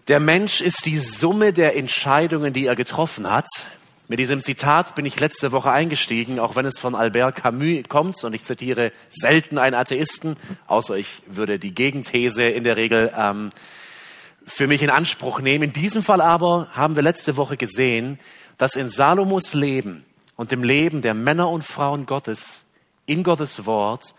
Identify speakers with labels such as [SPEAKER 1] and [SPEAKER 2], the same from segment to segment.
[SPEAKER 1] Der Mensch ist die Summe der Entscheidungen, die er getroffen hat. Mit diesem Zitat bin ich letzte Woche eingestiegen, auch wenn es von Albert Camus kommt. Und ich zitiere selten einen Atheisten, außer ich würde die Gegenthese in der Regel für mich in Anspruch nehmen. In diesem Fall aber haben wir letzte Woche gesehen, dass in Salomos Leben und dem Leben der Männer und Frauen Gottes in Gottes Wort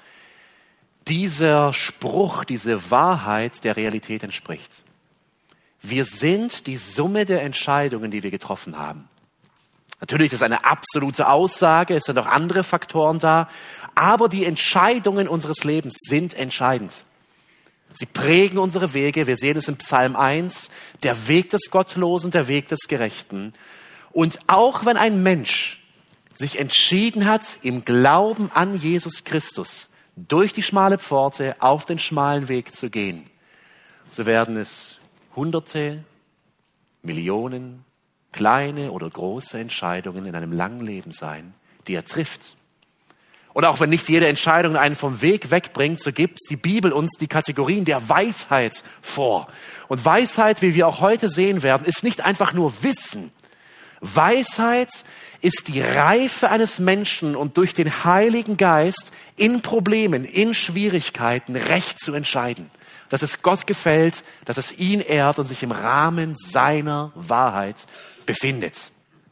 [SPEAKER 1] dieser Spruch, diese Wahrheit der Realität entspricht. Wir sind die Summe der Entscheidungen, die wir getroffen haben. Natürlich ist das eine absolute Aussage, es sind auch andere Faktoren da, aber die Entscheidungen unseres Lebens sind entscheidend. Sie prägen unsere Wege, wir sehen es in Psalm 1, der Weg des Gottlosen, der Weg des Gerechten. Und auch wenn ein Mensch sich entschieden hat, im Glauben an Jesus Christus durch die schmale Pforte auf den schmalen Weg zu gehen, so werden es Hunderte, Millionen, kleine oder große Entscheidungen in einem langen Leben sein, die er trifft. Und auch wenn nicht jede Entscheidung einen vom Weg wegbringt, so gibt die Bibel uns die Kategorien der Weisheit vor. Und Weisheit, wie wir auch heute sehen werden, ist nicht einfach nur Wissen. Weisheit ist die Reife eines Menschen und durch den Heiligen Geist in Problemen, in Schwierigkeiten recht zu entscheiden. Dass es Gott gefällt, dass es ihn ehrt und sich im Rahmen seiner Wahrheit befindet.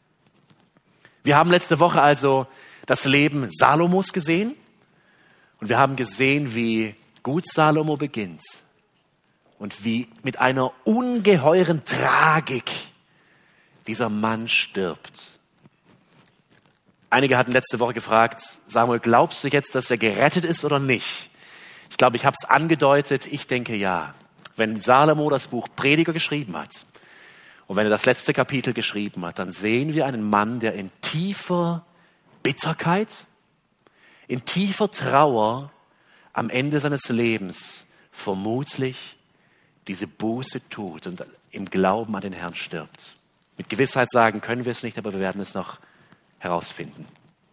[SPEAKER 1] Wir haben letzte Woche also das Leben Salomos gesehen und wir haben gesehen, wie gut Salomo beginnt und wie mit einer ungeheuren Tragik dieser Mann stirbt. Einige hatten letzte Woche gefragt, Samuel, glaubst du jetzt, dass er gerettet ist oder nicht? Ich glaube, ich habe es angedeutet, ich denke ja. Wenn Salomo das Buch Prediger geschrieben hat und wenn er das letzte Kapitel geschrieben hat, dann sehen wir einen Mann, der in tiefer Bitterkeit, in tiefer Trauer am Ende seines Lebens vermutlich diese Buße tut und im Glauben an den Herrn stirbt. Mit Gewissheit sagen können wir es nicht, aber wir werden es noch herausfinden.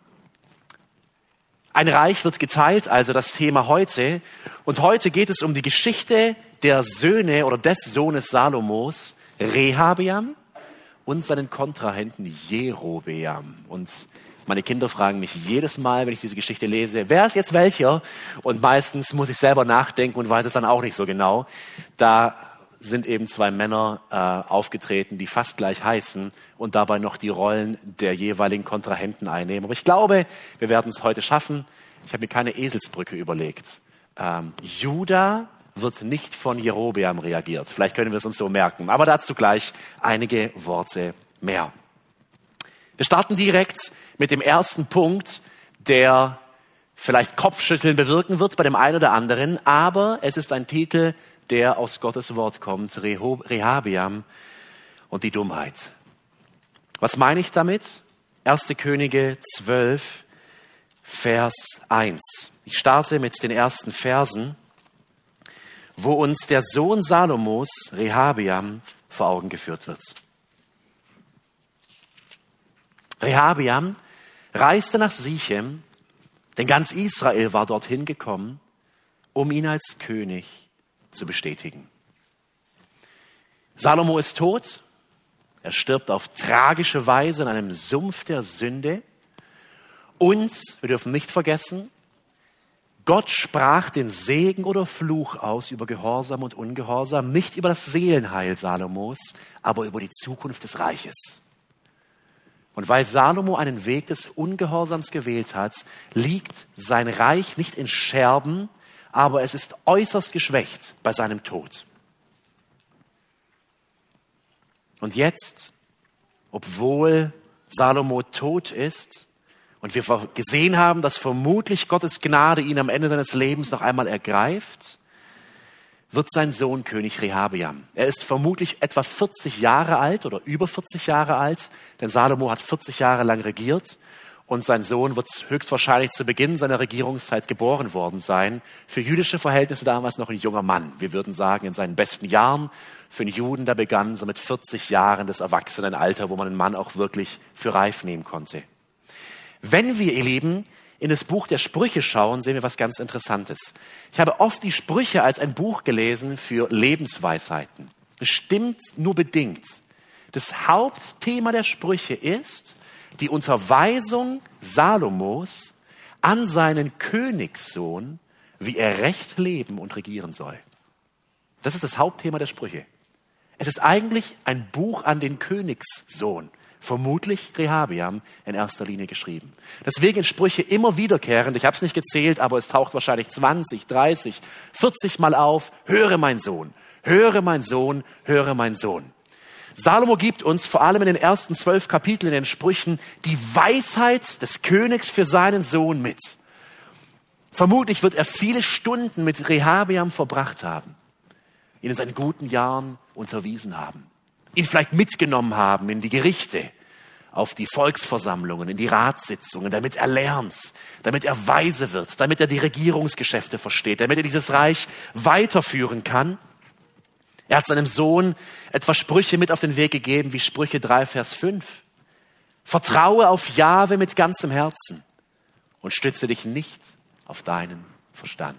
[SPEAKER 1] Ein Reich wird geteilt, also das Thema heute. Und heute geht es um die Geschichte der Söhne oder des Sohnes Salomos, Rehabeam, und seinen Kontrahenten Jerobeam. Und meine Kinder fragen mich jedes Mal, wenn ich diese Geschichte lese, wer ist jetzt welcher? Und meistens muss ich selber nachdenken und weiß es dann auch nicht so genau. Da sind eben zwei Männer aufgetreten, die fast gleich heißen und dabei noch die Rollen der jeweiligen Kontrahenten einnehmen. Aber ich glaube, wir werden es heute schaffen. Ich habe mir keine Eselsbrücke überlegt. Juda wird nicht von Jerobeam reagiert. Vielleicht können wir es uns so merken. Aber dazu gleich einige Worte mehr. Wir starten direkt mit dem ersten Punkt, der vielleicht Kopfschütteln bewirken wird bei dem einen oder anderen. Aber es ist ein Titel, der aus Gottes Wort kommt, Rehabeam und die Dummheit. Was meine ich damit? 1. Könige 12, Vers 1. Ich starte mit den ersten Versen, wo uns der Sohn Salomos, Rehabeam, vor Augen geführt wird. Rehabeam reiste nach Sichem, denn ganz Israel war dorthin gekommen, um ihn als König zu bestätigen. Salomo ist tot. Er stirbt auf tragische Weise in einem Sumpf der Sünde. Und wir dürfen nicht vergessen, Gott sprach den Segen oder Fluch aus über Gehorsam und Ungehorsam, nicht über das Seelenheil Salomos, aber über die Zukunft des Reiches. Und weil Salomo einen Weg des Ungehorsams gewählt hat, liegt sein Reich nicht in Scherben, aber es ist äußerst geschwächt bei seinem Tod. Und jetzt, obwohl Salomo tot ist und wir gesehen haben, dass vermutlich Gottes Gnade ihn am Ende seines Lebens noch einmal ergreift, wird sein Sohn König Rehabeam. Er ist vermutlich etwa 40 Jahre alt oder über 40 Jahre alt, denn Salomo hat 40 Jahre lang regiert. Und sein Sohn wird höchstwahrscheinlich zu Beginn seiner Regierungszeit geboren worden sein. Für jüdische Verhältnisse damals noch ein junger Mann. Wir würden sagen, in seinen besten Jahren. Für einen Juden, der begann so mit 40 Jahren das Erwachsenenalter, wo man einen Mann auch wirklich für reif nehmen konnte. Wenn wir, ihr Lieben, in das Buch der Sprüche schauen, sehen wir was ganz Interessantes. Ich habe oft die Sprüche als ein Buch gelesen für Lebensweisheiten. Es stimmt nur bedingt. Das Hauptthema der Sprüche ist die Unterweisung Salomos an seinen Königssohn, wie er recht leben und regieren soll. Das ist das Hauptthema der Sprüche. Es ist eigentlich ein Buch an den Königssohn, vermutlich Rehabeam in erster Linie geschrieben. Deswegen in Sprüche immer wiederkehrend, ich habe es nicht gezählt, aber es taucht wahrscheinlich 20, 30, 40 Mal auf, höre mein Sohn, höre mein Sohn, höre mein Sohn. Salomo gibt uns vor allem in den ersten 12 Kapiteln in den Sprüchen die Weisheit des Königs für seinen Sohn mit. Vermutlich wird er viele Stunden mit Rehabeam verbracht haben, ihn in seinen guten Jahren unterwiesen haben, ihn vielleicht mitgenommen haben in die Gerichte, auf die Volksversammlungen, in die Ratssitzungen, damit er lernt, damit er weise wird, damit er die Regierungsgeschäfte versteht, damit er dieses Reich weiterführen kann. Er hat seinem Sohn etwa Sprüche mit auf den Weg gegeben, wie Sprüche 3, Vers 5. Vertraue auf Jahwe mit ganzem Herzen und stütze dich nicht auf deinen Verstand.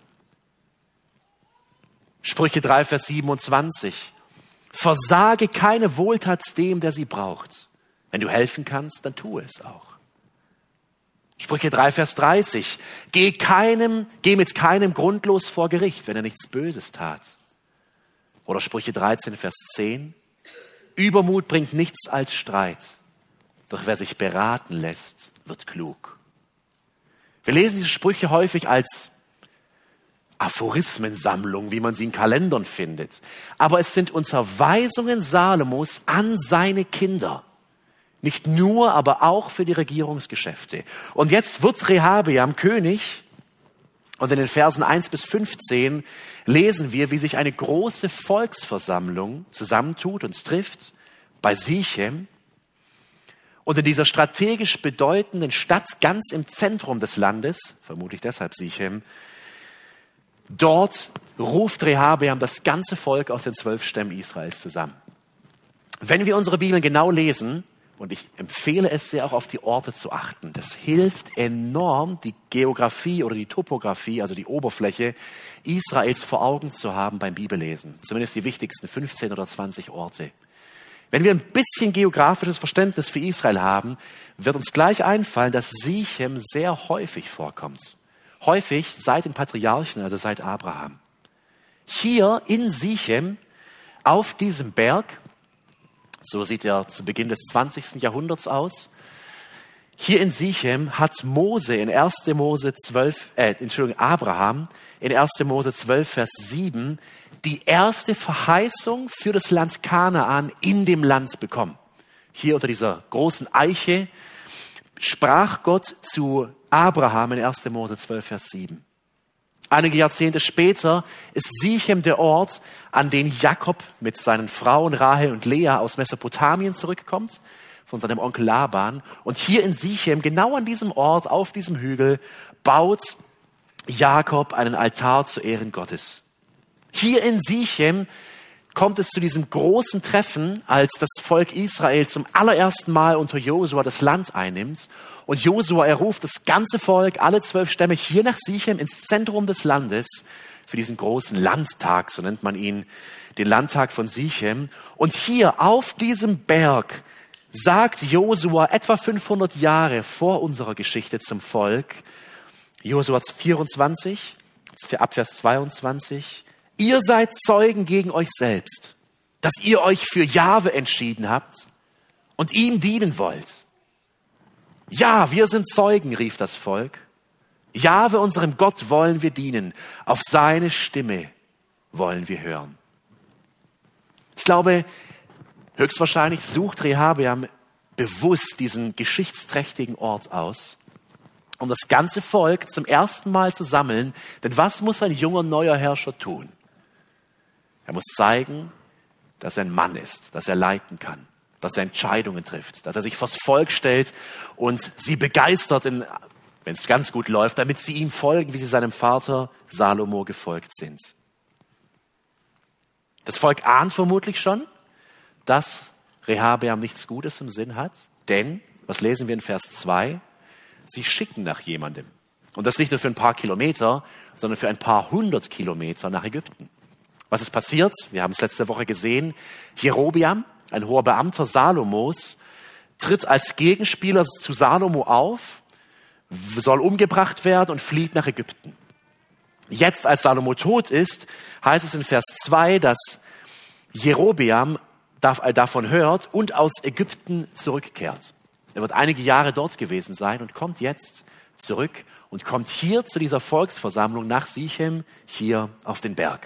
[SPEAKER 1] Sprüche 3, Vers 27. Versage keine Wohltat dem, der sie braucht. Wenn du helfen kannst, dann tue es auch. Sprüche 3, Vers 30. Geh mit keinem grundlos vor Gericht, wenn er nichts Böses tat. Oder Sprüche 13, Vers 10. Übermut bringt nichts als Streit. Doch wer sich beraten lässt, wird klug. Wir lesen diese Sprüche häufig als Aphorismensammlung, wie man sie in Kalendern findet. Aber es sind Unterweisungen Salomos an seine Kinder. Nicht nur, aber auch für die Regierungsgeschäfte. Und jetzt wird Rehabeam König. Und in den Versen 1 bis 15 lesen wir, wie sich eine große Volksversammlung zusammentut und trifft bei Sichem. Und in dieser strategisch bedeutenden Stadt ganz im Zentrum des Landes, vermutlich deshalb Sichem, dort ruft Rehabeam das ganze Volk aus den 12 Stämmen Israels zusammen. Wenn wir unsere Bibeln genau lesen, und ich empfehle es sehr, auch auf die Orte zu achten. Das hilft enorm, die Geografie oder die Topografie, also die Oberfläche Israels vor Augen zu haben beim Bibellesen. Zumindest die wichtigsten 15 oder 20 Orte. Wenn wir ein bisschen geografisches Verständnis für Israel haben, wird uns gleich einfallen, dass Sichem sehr häufig vorkommt. Häufig seit den Patriarchen, also seit Abraham. Hier in Sichem, auf diesem Berg, so sieht er zu Beginn des 20. Jahrhunderts aus. Hier in Sichem hat Abraham in 1. Mose 12, Vers 7 die erste Verheißung für das Land Kanaan in dem Land bekommen. Hier unter dieser großen Eiche sprach Gott zu Abraham in 1. Mose 12, Vers 7. Einige Jahrzehnte später ist Sichem der Ort, an den Jakob mit seinen Frauen Rahel und Lea aus Mesopotamien zurückkommt, von seinem Onkel Laban. Und hier in Sichem, genau an diesem Ort, auf diesem Hügel, baut Jakob einen Altar zu Ehren Gottes. Hier in Sichem kommt es zu diesem großen Treffen, als das Volk Israel zum allerersten Mal unter Josua das Land einnimmt. Und Josua, er ruft das ganze Volk, alle 12 Stämme, hier nach Sichem ins Zentrum des Landes für diesen großen Landtag, so nennt man ihn, den Landtag von Sichem. Und hier auf diesem Berg sagt Josua etwa 500 Jahre vor unserer Geschichte zum Volk, Josua 24, ab Vers 22, ihr seid Zeugen gegen euch selbst, dass ihr euch für Jahwe entschieden habt und ihm dienen wollt. Ja, wir sind Zeugen, rief das Volk. Jahwe, unserem Gott, wollen wir dienen. Auf seine Stimme wollen wir hören. Ich glaube, höchstwahrscheinlich sucht Rehabeam bewusst diesen geschichtsträchtigen Ort aus, um das ganze Volk zum ersten Mal zu sammeln. Denn was muss ein junger, neuer Herrscher tun? Er muss zeigen, dass er ein Mann ist, dass er leiten kann, dass er Entscheidungen trifft, dass er sich vors Volk stellt und sie begeistert, wenn es ganz gut läuft, damit sie ihm folgen, wie sie seinem Vater Salomo gefolgt sind. Das Volk ahnt vermutlich schon, dass Rehabeam nichts Gutes im Sinn hat, denn, was lesen wir in Vers 2? Sie schicken nach jemandem. Und das nicht nur für ein paar Kilometer, sondern für ein paar 100 Kilometer nach Ägypten. Was ist passiert? Wir haben es letzte Woche gesehen. Jerobeam, ein hoher Beamter Salomos, tritt als Gegenspieler zu Salomo auf, soll umgebracht werden und flieht nach Ägypten. Jetzt, als Salomo tot ist, heißt es in Vers 2, dass Jerobeam davon hört und aus Ägypten zurückkehrt. Er wird einige Jahre dort gewesen sein und kommt jetzt zurück und kommt hier zu dieser Volksversammlung nach Sichem, hier auf den Berg.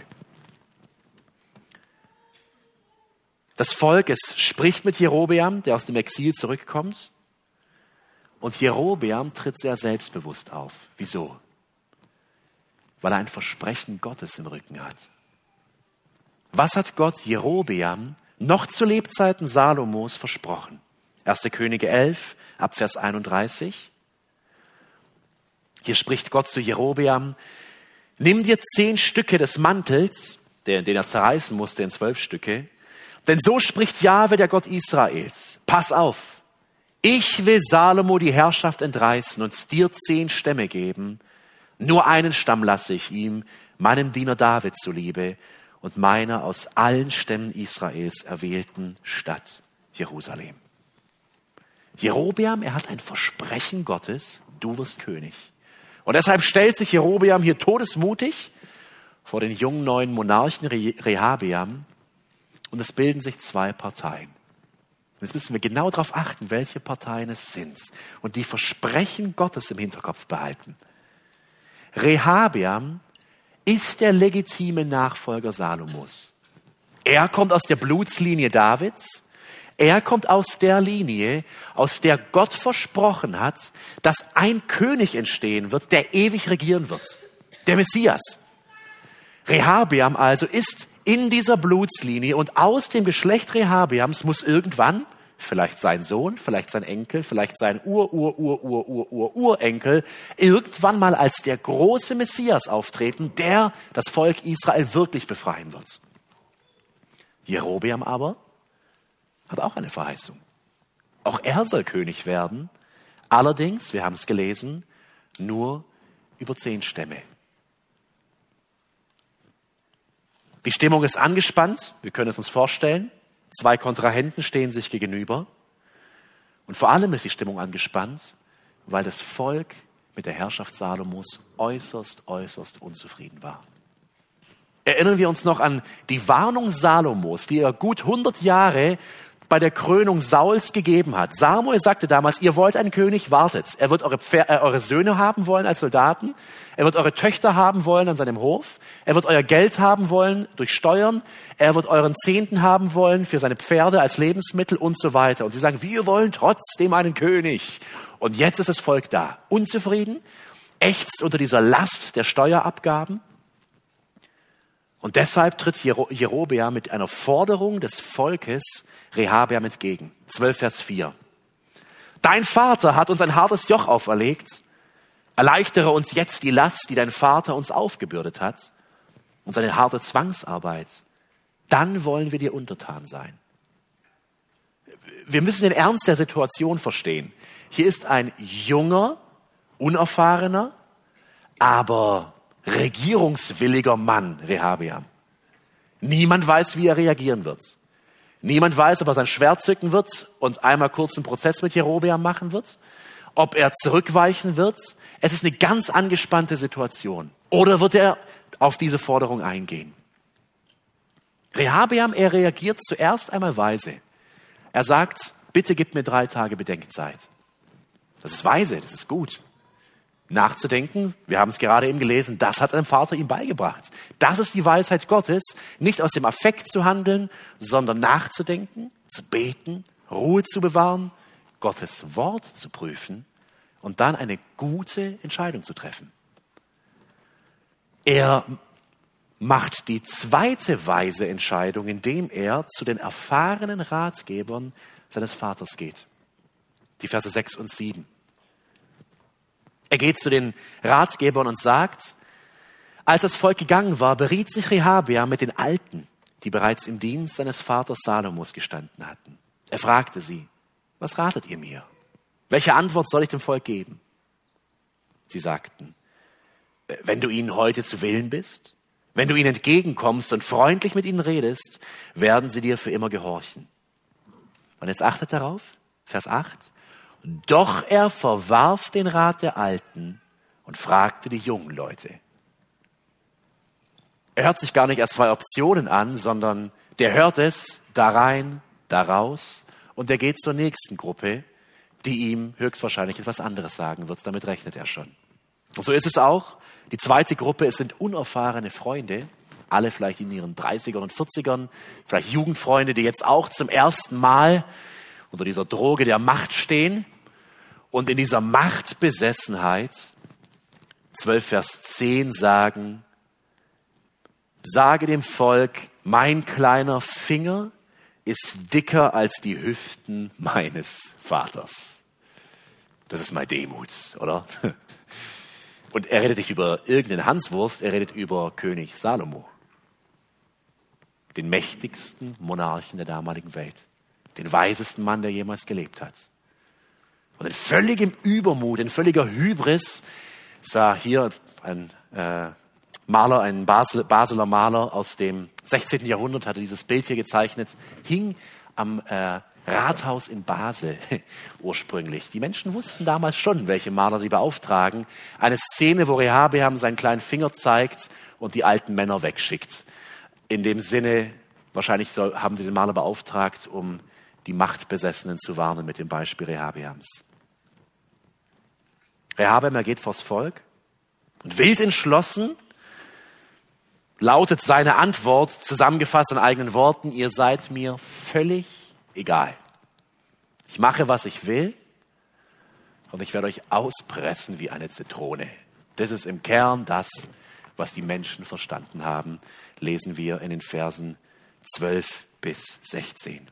[SPEAKER 1] Das Volk, es spricht mit Jerobeam, der aus dem Exil zurückkommt. Und Jerobeam tritt sehr selbstbewusst auf. Wieso? Weil er ein Versprechen Gottes im Rücken hat. Was hat Gott Jerobeam noch zu Lebzeiten Salomos versprochen? 1. Könige 11, ab Vers 31. Hier spricht Gott zu Jerobeam: Nimm dir 10 Stücke des Mantels, den er zerreißen musste in 12 Stücke, denn so spricht Jahwe, der Gott Israels. Pass auf, ich will Salomo die Herrschaft entreißen und dir 10 Stämme geben. Nur einen Stamm lasse ich ihm, meinem Diener David zuliebe und meiner aus allen Stämmen Israels erwählten Stadt Jerusalem. Jerobeam, er hat ein Versprechen Gottes, du wirst König. Und deshalb stellt sich Jerobeam hier todesmutig vor den jungen neuen Monarchen Rehabeam und es bilden sich 2 Parteien. Jetzt müssen wir genau darauf achten, welche Parteien es sind und die Versprechen Gottes im Hinterkopf behalten. Rehabeam ist der legitime Nachfolger Salomos. Er kommt aus der Blutslinie Davids. Er kommt aus der Linie, aus der Gott versprochen hat, dass ein König entstehen wird, der ewig regieren wird. Der Messias. Rehabeam also ist in dieser Blutslinie und aus dem Geschlecht Rehabeams muss irgendwann, vielleicht sein Sohn, vielleicht sein Enkel, vielleicht sein Urenkel, irgendwann mal als der große Messias auftreten, der das Volk Israel wirklich befreien wird. Jerobeam aber hat auch eine Verheißung. Auch er soll König werden, allerdings, wir haben es gelesen, nur über 10 Stämme. Die Stimmung ist angespannt, wir können es uns vorstellen. 2 Kontrahenten stehen sich gegenüber. Und vor allem ist die Stimmung angespannt, weil das Volk mit der Herrschaft Salomos äußerst unzufrieden war. Erinnern wir uns noch an die Warnung Salomos, die er gut 100 Jahre bei der Krönung Sauls gegeben hat. Samuel sagte damals, ihr wollt einen König, wartet. Er wird eure Söhne haben wollen als Soldaten. Er wird eure Töchter haben wollen an seinem Hof. Er wird euer Geld haben wollen durch Steuern. Er wird euren Zehnten haben wollen für seine Pferde als Lebensmittel und so weiter. Und sie sagen, wir wollen trotzdem einen König. Und jetzt ist das Volk da. Unzufrieden, ächzt unter dieser Last der Steuerabgaben. Und deshalb tritt Jerobeam mit einer Forderung des Volkes Rehabeam entgegen. 12 Vers 4. Dein Vater hat uns ein hartes Joch auferlegt. Erleichtere uns jetzt die Last, die dein Vater uns aufgebürdet hat, und seine harte Zwangsarbeit. Dann wollen wir dir untertan sein. Wir müssen den Ernst der Situation verstehen. Hier ist ein junger, unerfahrener, aber regierungswilliger Mann, Rehabeam. Niemand weiß, wie er reagieren wird. Niemand weiß, ob er sein Schwert zücken wird und einmal kurz einen Prozess mit Jerobeam machen wird, ob er zurückweichen wird. Es ist eine ganz angespannte Situation. Oder wird er auf diese Forderung eingehen? Rehabeam, er reagiert zuerst einmal weise. Er sagt, bitte gib mir 3 Tage Bedenkzeit. Das ist weise, das ist gut. Nachzudenken, wir haben es gerade eben gelesen, das hat ein Vater ihm beigebracht. Das ist die Weisheit Gottes, nicht aus dem Affekt zu handeln, sondern nachzudenken, zu beten, Ruhe zu bewahren, Gottes Wort zu prüfen und dann eine gute Entscheidung zu treffen. Er macht die zweite weise Entscheidung, indem er zu den erfahrenen Ratgebern seines Vaters geht. Die Verse 6 und 7. Er geht zu den Ratgebern und sagt, als das Volk gegangen war, beriet sich Rehabeam mit den Alten, die bereits im Dienst seines Vaters Salomos gestanden hatten. Er fragte sie, was ratet ihr mir? Welche Antwort soll ich dem Volk geben? Sie sagten, wenn du ihnen heute zu Willen bist, Wenn du ihnen entgegenkommst und freundlich mit ihnen redest, werden sie dir für immer gehorchen. Und jetzt achtet darauf, Vers 8. Doch er verwarf den Rat der Alten und fragte die jungen Leute. Er hört sich gar nicht erst zwei Optionen an, sondern der hört es da rein, da raus und der geht zur nächsten Gruppe, die ihm höchstwahrscheinlich etwas anderes sagen wird. Damit rechnet er schon. Und so ist es auch. Die zweite Gruppe, es sind unerfahrene Freunde, alle vielleicht in ihren 30ern und 40ern, vielleicht Jugendfreunde, die jetzt auch zum ersten Mal unter dieser Droge der Macht stehen und in dieser Machtbesessenheit, 12 Vers 10 sagen, sage dem Volk, mein kleiner Finger ist dicker als die Hüften meines Vaters. Das ist mal Demut, oder? Und er redet nicht über irgendeinen Hanswurst, er redet über König Salomo. Den mächtigsten Monarchen der damaligen Welt. Den weisesten Mann, der jemals gelebt hat. Und in völligem Übermut, in völliger Hybris sah hier ein Maler, ein Basler Maler aus dem 16. Jahrhundert, hatte dieses Bild hier gezeichnet, hing am Rathaus in Basel ursprünglich. Die Menschen wussten damals schon, welche Maler sie beauftragen. Eine Szene, wo Rehabeam seinen kleinen Finger zeigt und die alten Männer wegschickt. In dem Sinne, wahrscheinlich haben sie den Maler beauftragt, um die Machtbesessenen zu warnen mit dem Beispiel Rehabeams. Rehabeam, er geht vors Volk und wild entschlossen lautet seine Antwort, zusammengefasst in eigenen Worten, ihr seid mir völlig egal. Ich mache, was ich will und ich werde euch auspressen wie eine Zitrone. Das ist im Kern das, was die Menschen verstanden haben, lesen wir in den Versen 12 bis 16.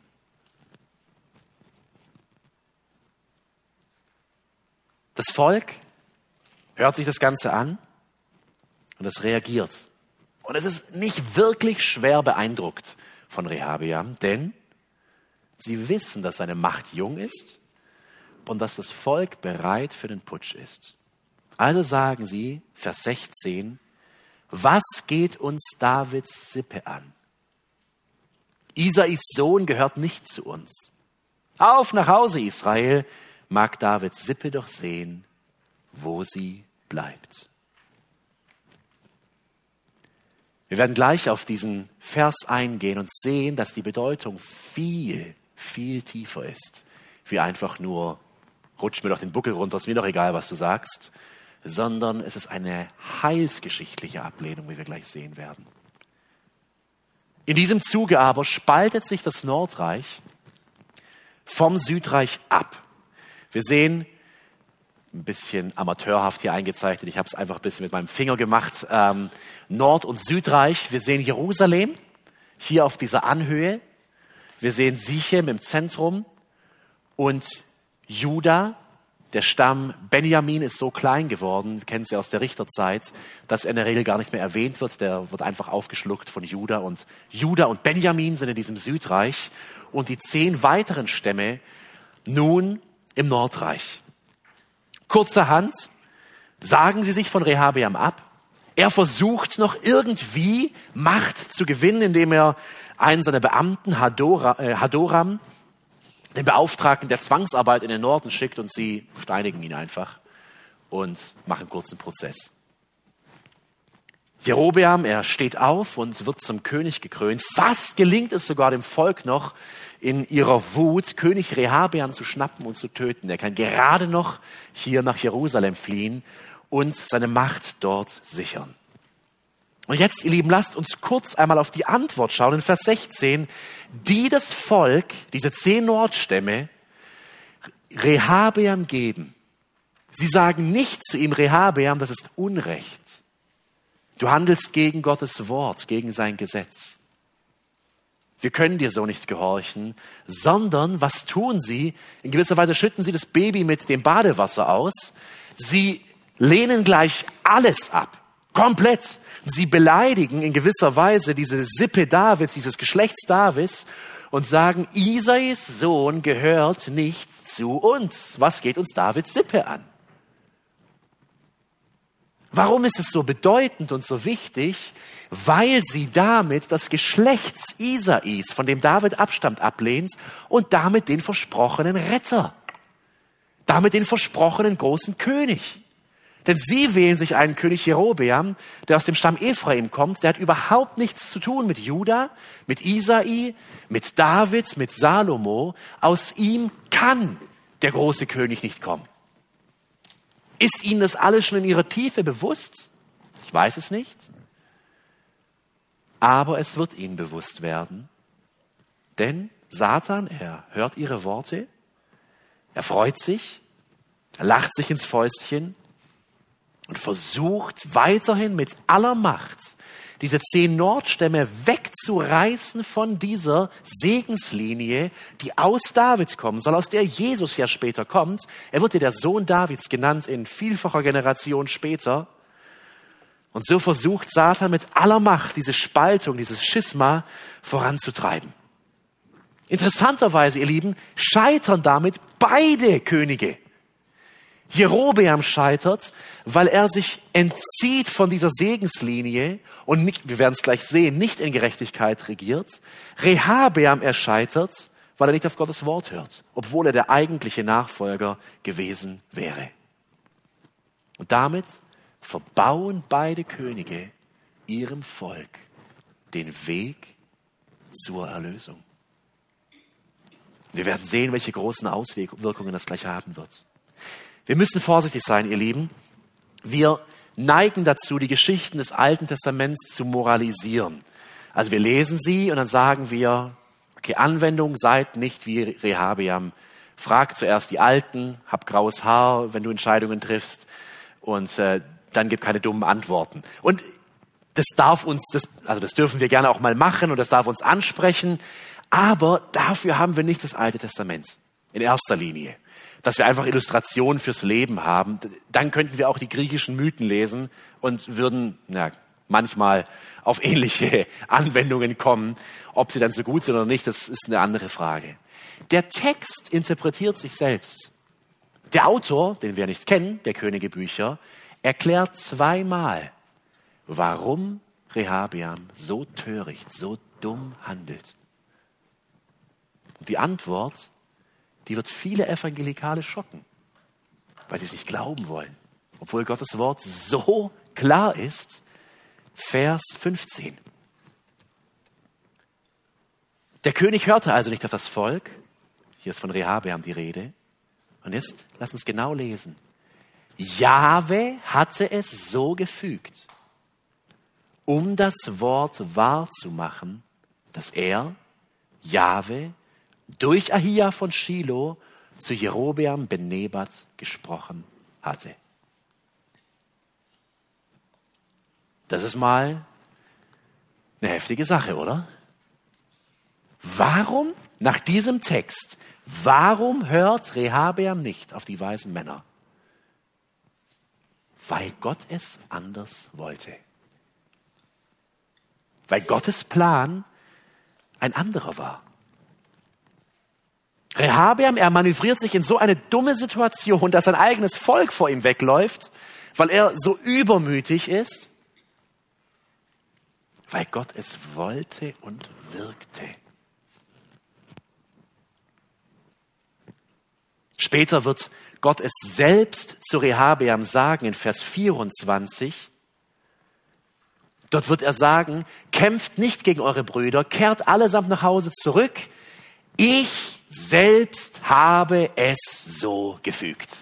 [SPEAKER 1] Das Volk hört sich das Ganze an und es reagiert. Und es ist nicht wirklich schwer beeindruckt von Rehabeam, denn sie wissen, dass seine Macht jung ist und dass das Volk bereit für den Putsch ist. Also sagen sie, Vers 16, was geht uns Davids Sippe an? Isais Sohn gehört nicht zu uns. Auf nach Hause, Israel, mag Davids Sippe doch sehen, wo sie bleibt. Wir werden gleich auf diesen Vers eingehen und sehen, dass die Bedeutung viel, viel tiefer ist, wie einfach nur, rutsch mir doch den Buckel runter, ist mir doch egal, was du sagst, sondern es ist eine heilsgeschichtliche Ablehnung, wie wir gleich sehen werden. In diesem Zuge aber spaltet sich das Nordreich vom Südreich ab. Wir sehen, ein bisschen amateurhaft hier eingezeichnet, ich habe es einfach ein bisschen mit meinem Finger gemacht, Nord- und Südreich. Wir sehen Jerusalem hier auf dieser Anhöhe. Wir sehen Sichem im Zentrum und Juda, der Stamm Benjamin ist so klein geworden, wir kennen es ja aus der Richterzeit, dass er in der Regel gar nicht mehr erwähnt wird. Der wird einfach aufgeschluckt von Juda. Und Juda und Benjamin sind in diesem Südreich und die 10 weiteren Stämme nun im Nordreich. Kurzerhand sagen sie sich von Rehabeam ab. Er versucht noch irgendwie Macht zu gewinnen, indem er einen seiner Beamten, Hadoram, den Beauftragten der Zwangsarbeit in den Norden schickt und sie steinigen ihn einfach und machen kurzen Prozess. Jerobeam, er steht auf und wird zum König gekrönt. Fast gelingt es sogar dem Volk noch, in ihrer Wut König Rehabeam zu schnappen und zu töten. Er kann gerade noch hier nach Jerusalem fliehen und seine Macht dort sichern. Und jetzt, ihr Lieben, lasst uns kurz einmal auf die Antwort schauen in Vers 16, die das Volk, diese 10 Nordstämme, Rehabeam geben. Sie sagen nicht zu ihm, Rehabeam, das ist Unrecht. Du handelst gegen Gottes Wort, gegen sein Gesetz. Wir können dir so nicht gehorchen, sondern was tun sie? In gewisser Weise schütten sie das Baby mit dem Badewasser aus. Sie lehnen gleich alles ab, komplett. Sie beleidigen in gewisser Weise diese Sippe Davids, dieses Geschlechts Davids und sagen, Isais Sohn gehört nicht zu uns. Was geht uns Davids Sippe an? Warum ist es so bedeutend und so wichtig? Weil sie damit das Geschlecht Isais, von dem David abstammt, ablehnt und damit den versprochenen Retter, damit den versprochenen großen König. Denn sie wählen sich einen König Jerobeam, der aus dem Stamm Ephraim kommt, der hat überhaupt nichts zu tun mit Juda, mit Isai, mit David, mit Salomo. Aus ihm kann der große König nicht kommen. Ist Ihnen das alles schon in ihrer Tiefe bewusst? Ich weiß es nicht. Aber es wird Ihnen bewusst werden. Denn Satan, er hört ihre Worte, er freut sich, er lacht sich ins Fäustchen und versucht weiterhin mit aller Macht, diese 10 Nordstämme wegzureißen von dieser Segenslinie, die aus David kommen soll, aus der Jesus ja später kommt. Er wird ja der Sohn Davids genannt in vielfacher Generation später. Und so versucht Satan mit aller Macht, diese Spaltung, dieses Schisma voranzutreiben. Interessanterweise, ihr Lieben, scheitern damit beide Könige. Jerobeam scheitert, weil er sich entzieht von dieser Segenslinie und nicht, wir werden es gleich sehen, nicht in Gerechtigkeit regiert. Rehabeam scheitert, weil er nicht auf Gottes Wort hört, obwohl er der eigentliche Nachfolger gewesen wäre. Und damit verbauen beide Könige ihrem Volk den Weg zur Erlösung. Wir werden sehen, welche großen Auswirkungen das gleich haben wird. Wir müssen vorsichtig sein, ihr Lieben. Wir neigen dazu, die Geschichten des Alten Testaments zu moralisieren. Also wir lesen sie und dann sagen wir, okay, Anwendung, seid nicht wie Rehabeam. Frag zuerst die Alten, hab graues Haar, wenn du Entscheidungen triffst und dann gib keine dummen Antworten. Und das dürfen wir gerne auch mal machen und das darf uns ansprechen. Aber dafür haben wir nicht das Alte Testament in erster Linie. Dass wir einfach Illustrationen fürs Leben haben, dann könnten wir auch die griechischen Mythen lesen und würden manchmal auf ähnliche Anwendungen kommen. Ob sie dann so gut sind oder nicht, das ist eine andere Frage. Der Text interpretiert sich selbst. Der Autor, den wir nicht kennen, der Königebücher, erklärt 2-mal, warum Rehabeam so töricht, so dumm handelt. Und die Antwort, die wird viele Evangelikale schocken, weil sie es nicht glauben wollen. Obwohl Gottes Wort so klar ist. Vers 15. Der König hörte also nicht auf das Volk. Hier ist von Rehabeam die Rede. Und jetzt lass uns genau lesen. Jahwe hatte es so gefügt, um das Wort wahrzumachen, dass er, Jahwe, durch Ahia von Schilo zu Jerobeam ben Nebat gesprochen hatte. Das ist mal eine heftige Sache, oder? Warum, nach diesem Text, warum hört Rehabeam nicht auf die weisen Männer? Weil Gott es anders wollte. Weil Gottes Plan ein anderer war. Rehabeam, er manövriert sich in so eine dumme Situation, dass sein eigenes Volk vor ihm wegläuft, weil er so übermütig ist, weil Gott es wollte und wirkte. Später wird Gott es selbst zu Rehabeam sagen in Vers 24. Dort wird er sagen, kämpft nicht gegen eure Brüder, kehrt allesamt nach Hause zurück. Ich selbst habe es so gefügt.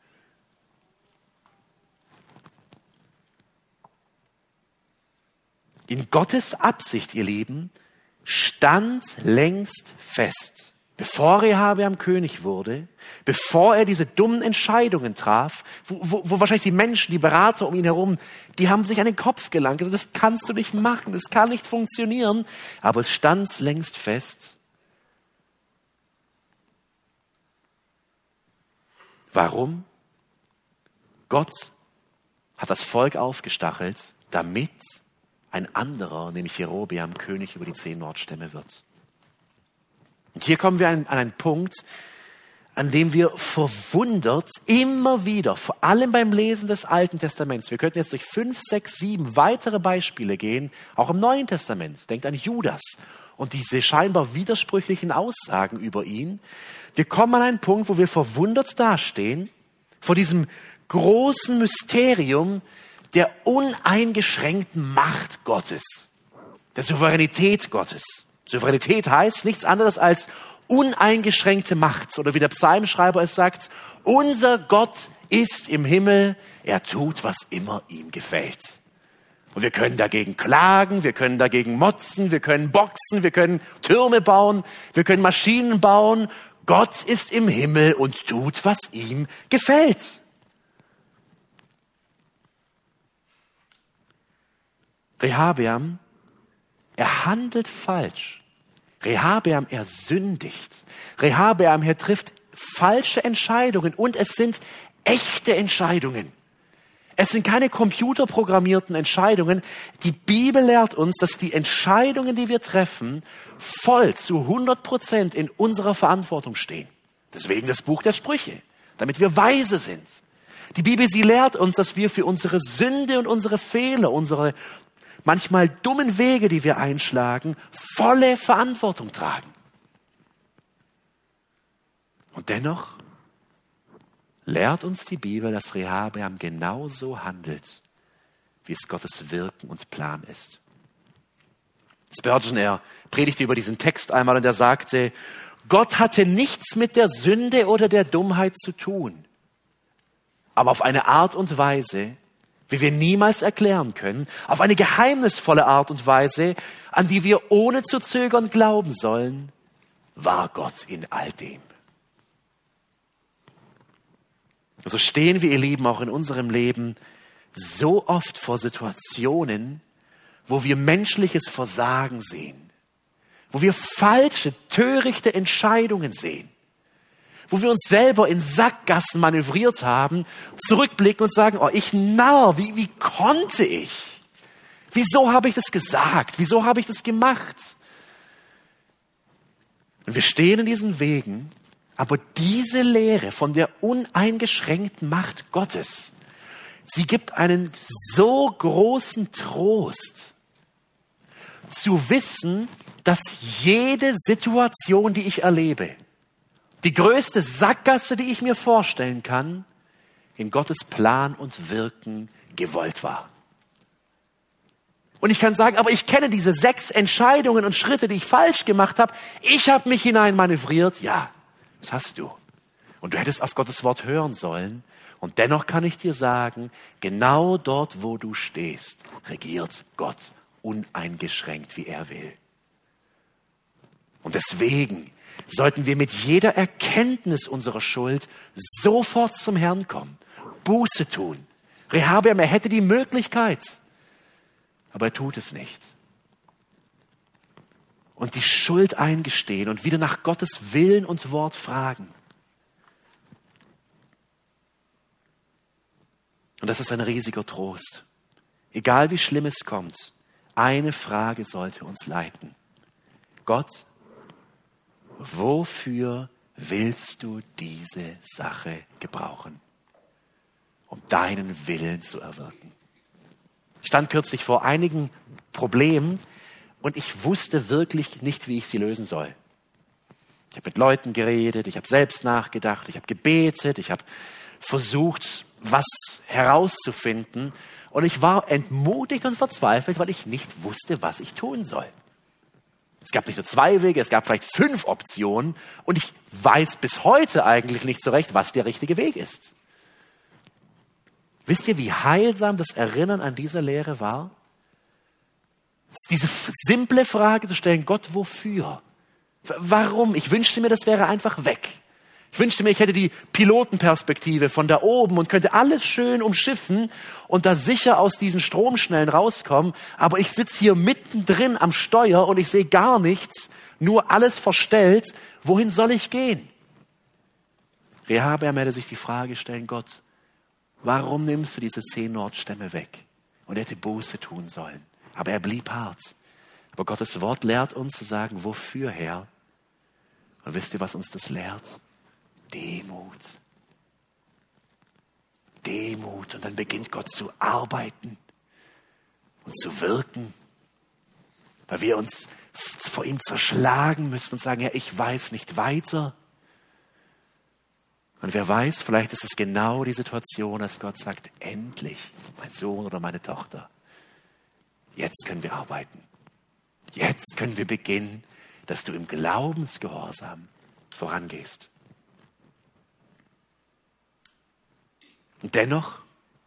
[SPEAKER 1] In Gottes Absicht, ihr Lieben, stand längst fest, bevor Rehabeam König wurde, bevor er diese dummen Entscheidungen traf, wo wahrscheinlich die Menschen, die Berater um ihn herum, die haben sich an den Kopf gelangt. Also das kannst du nicht machen, das kann nicht funktionieren. Aber es stand längst fest. Warum? Gott hat das Volk aufgestachelt, damit ein anderer, nämlich Jerobeam, König über die 10 Nordstämme wird. Und hier kommen wir an einen Punkt, an dem wir verwundert immer wieder, vor allem beim Lesen des Alten Testaments, wir könnten jetzt durch 5, 6, 7 weitere Beispiele gehen, auch im Neuen Testament. Denkt an Judas und diese scheinbar widersprüchlichen Aussagen über ihn. Wir kommen an einen Punkt, wo wir verwundert dastehen vor diesem großen Mysterium der uneingeschränkten Macht Gottes, der Souveränität Gottes. Souveränität heißt nichts anderes als uneingeschränkte Macht. Oder wie der Psalmschreiber es sagt, unser Gott ist im Himmel, er tut, was immer ihm gefällt. Und wir können dagegen klagen, wir können dagegen motzen, wir können boxen, wir können Türme bauen, wir können Maschinen bauen. Gott ist im Himmel und tut, was ihm gefällt. Rehabeam, er handelt falsch. Rehabeam, er sündigt. Rehabeam, er trifft falsche Entscheidungen und es sind echte Entscheidungen. Es sind keine computerprogrammierten Entscheidungen. Die Bibel lehrt uns, dass die Entscheidungen, die wir treffen, voll zu 100% in unserer Verantwortung stehen. Deswegen das Buch der Sprüche, damit wir weise sind. Die Bibel, sie lehrt uns, dass wir für unsere Sünde und unsere Fehler, unsere manchmal dummen Wege, die wir einschlagen, volle Verantwortung tragen. Und dennoch lehrt uns die Bibel, dass Rehabeam genauso handelt, wie es Gottes Wirken und Plan ist. Spurgeon, er predigte über diesen Text einmal und er sagte, Gott hatte nichts mit der Sünde oder der Dummheit zu tun, aber auf eine Art und Weise, wie wir niemals erklären können, auf eine geheimnisvolle Art und Weise, an die wir ohne zu zögern glauben sollen, war Gott in all dem. So stehen wir, ihr Lieben, auch in unserem Leben so oft vor Situationen, wo wir menschliches Versagen sehen, wo wir falsche, törichte Entscheidungen sehen, wo wir uns selber in Sackgassen manövriert haben, zurückblicken und sagen, oh, ich Narr, wie konnte ich? Wieso habe ich das gesagt? Wieso habe ich das gemacht? Und wir stehen in diesen Wegen, aber diese Lehre von der uneingeschränkten Macht Gottes, sie gibt einen so großen Trost, zu wissen, dass jede Situation, die ich erlebe, die größte Sackgasse, die ich mir vorstellen kann, in Gottes Plan und Wirken gewollt war. Und ich kann sagen, aber ich kenne diese 6 Entscheidungen und Schritte, die ich falsch gemacht habe. Ich habe mich hineinmanövriert. Ja, das hast du. Und du hättest auf Gottes Wort hören sollen. Und dennoch kann ich dir sagen, genau dort, wo du stehst, regiert Gott uneingeschränkt, wie er will. Und deswegen sollten wir mit jeder Erkenntnis unserer Schuld sofort zum Herrn kommen, Buße tun. Rehabeam, er hätte die Möglichkeit, aber er tut es nicht. Und die Schuld eingestehen und wieder nach Gottes Willen und Wort fragen. Und das ist ein riesiger Trost. Egal wie schlimm es kommt, eine Frage sollte uns leiten. Gott, wofür willst du diese Sache gebrauchen, um deinen Willen zu erwirken? Ich stand kürzlich vor einigen Problemen und ich wusste wirklich nicht, wie ich sie lösen soll. Ich habe mit Leuten geredet, ich habe selbst nachgedacht, ich habe gebetet, ich habe versucht, was herauszufinden. Und ich war entmutigt und verzweifelt, weil ich nicht wusste, was ich tun soll. Es gab nicht nur 2 Wege, es gab vielleicht 5 Optionen. Und ich weiß bis heute eigentlich nicht so recht, was der richtige Weg ist. Wisst ihr, wie heilsam das Erinnern an diese Lehre war? Diese simple Frage zu stellen, Gott, wofür? Warum? Ich wünschte mir, das wäre einfach weg. Ich wünschte mir, ich hätte die Pilotenperspektive von da oben und könnte alles schön umschiffen und da sicher aus diesen Stromschnellen rauskommen. Aber ich sitze hier mittendrin am Steuer und ich sehe gar nichts, nur alles verstellt. Wohin soll ich gehen? Rehabeam hätte sich die Frage stellen, Gott, warum nimmst du diese 10 Nordstämme weg? Und er hätte Buße tun sollen. Aber er blieb hart. Aber Gottes Wort lehrt uns zu sagen, wofür, Herr? Und wisst ihr, was uns das lehrt? Demut. Demut. Und dann beginnt Gott zu arbeiten und zu wirken, weil wir uns vor ihm zerschlagen müssen und sagen, ja, ich weiß nicht weiter. Und wer weiß, vielleicht ist es genau die Situation, dass Gott sagt, endlich, mein Sohn oder meine Tochter, jetzt können wir arbeiten. Jetzt können wir beginnen, dass du im Glaubensgehorsam vorangehst. Und dennoch,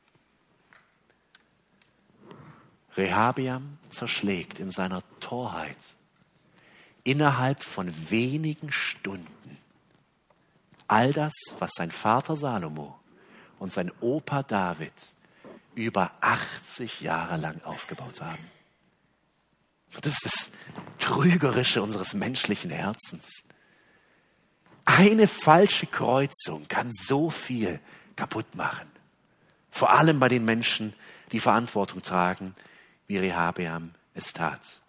[SPEAKER 1] Rehabeam zerschlägt in seiner Torheit innerhalb von wenigen Stunden all das, was sein Vater Salomo und sein Opa David über 80 Jahre lang aufgebaut haben. Das ist das Trügerische unseres menschlichen Herzens. Eine falsche Kreuzung kann so viel kaputt machen. Vor allem bei den Menschen, die Verantwortung tragen, wie Rehabeam es tat.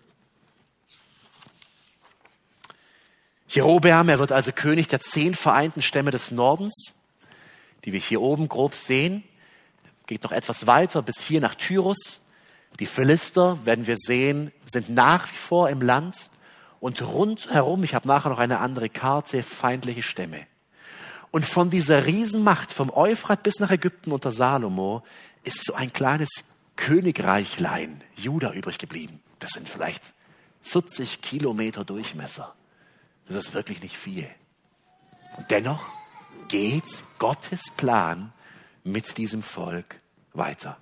[SPEAKER 1] Jerobeam, er wird also König der 10 vereinten Stämme des Nordens, die wir hier oben grob sehen. Geht noch etwas weiter bis hier nach Tyrus. Die Philister, werden wir sehen, sind nach wie vor im Land. Und rundherum, ich habe nachher noch eine andere Karte, feindliche Stämme. Und von dieser Riesenmacht, vom Euphrat bis nach Ägypten unter Salomo, ist so ein kleines Königreichlein Juda übrig geblieben. Das sind vielleicht 40 Kilometer Durchmesser. Das ist wirklich nicht viel. Und dennoch geht Gottes Plan mit diesem Volk weiter.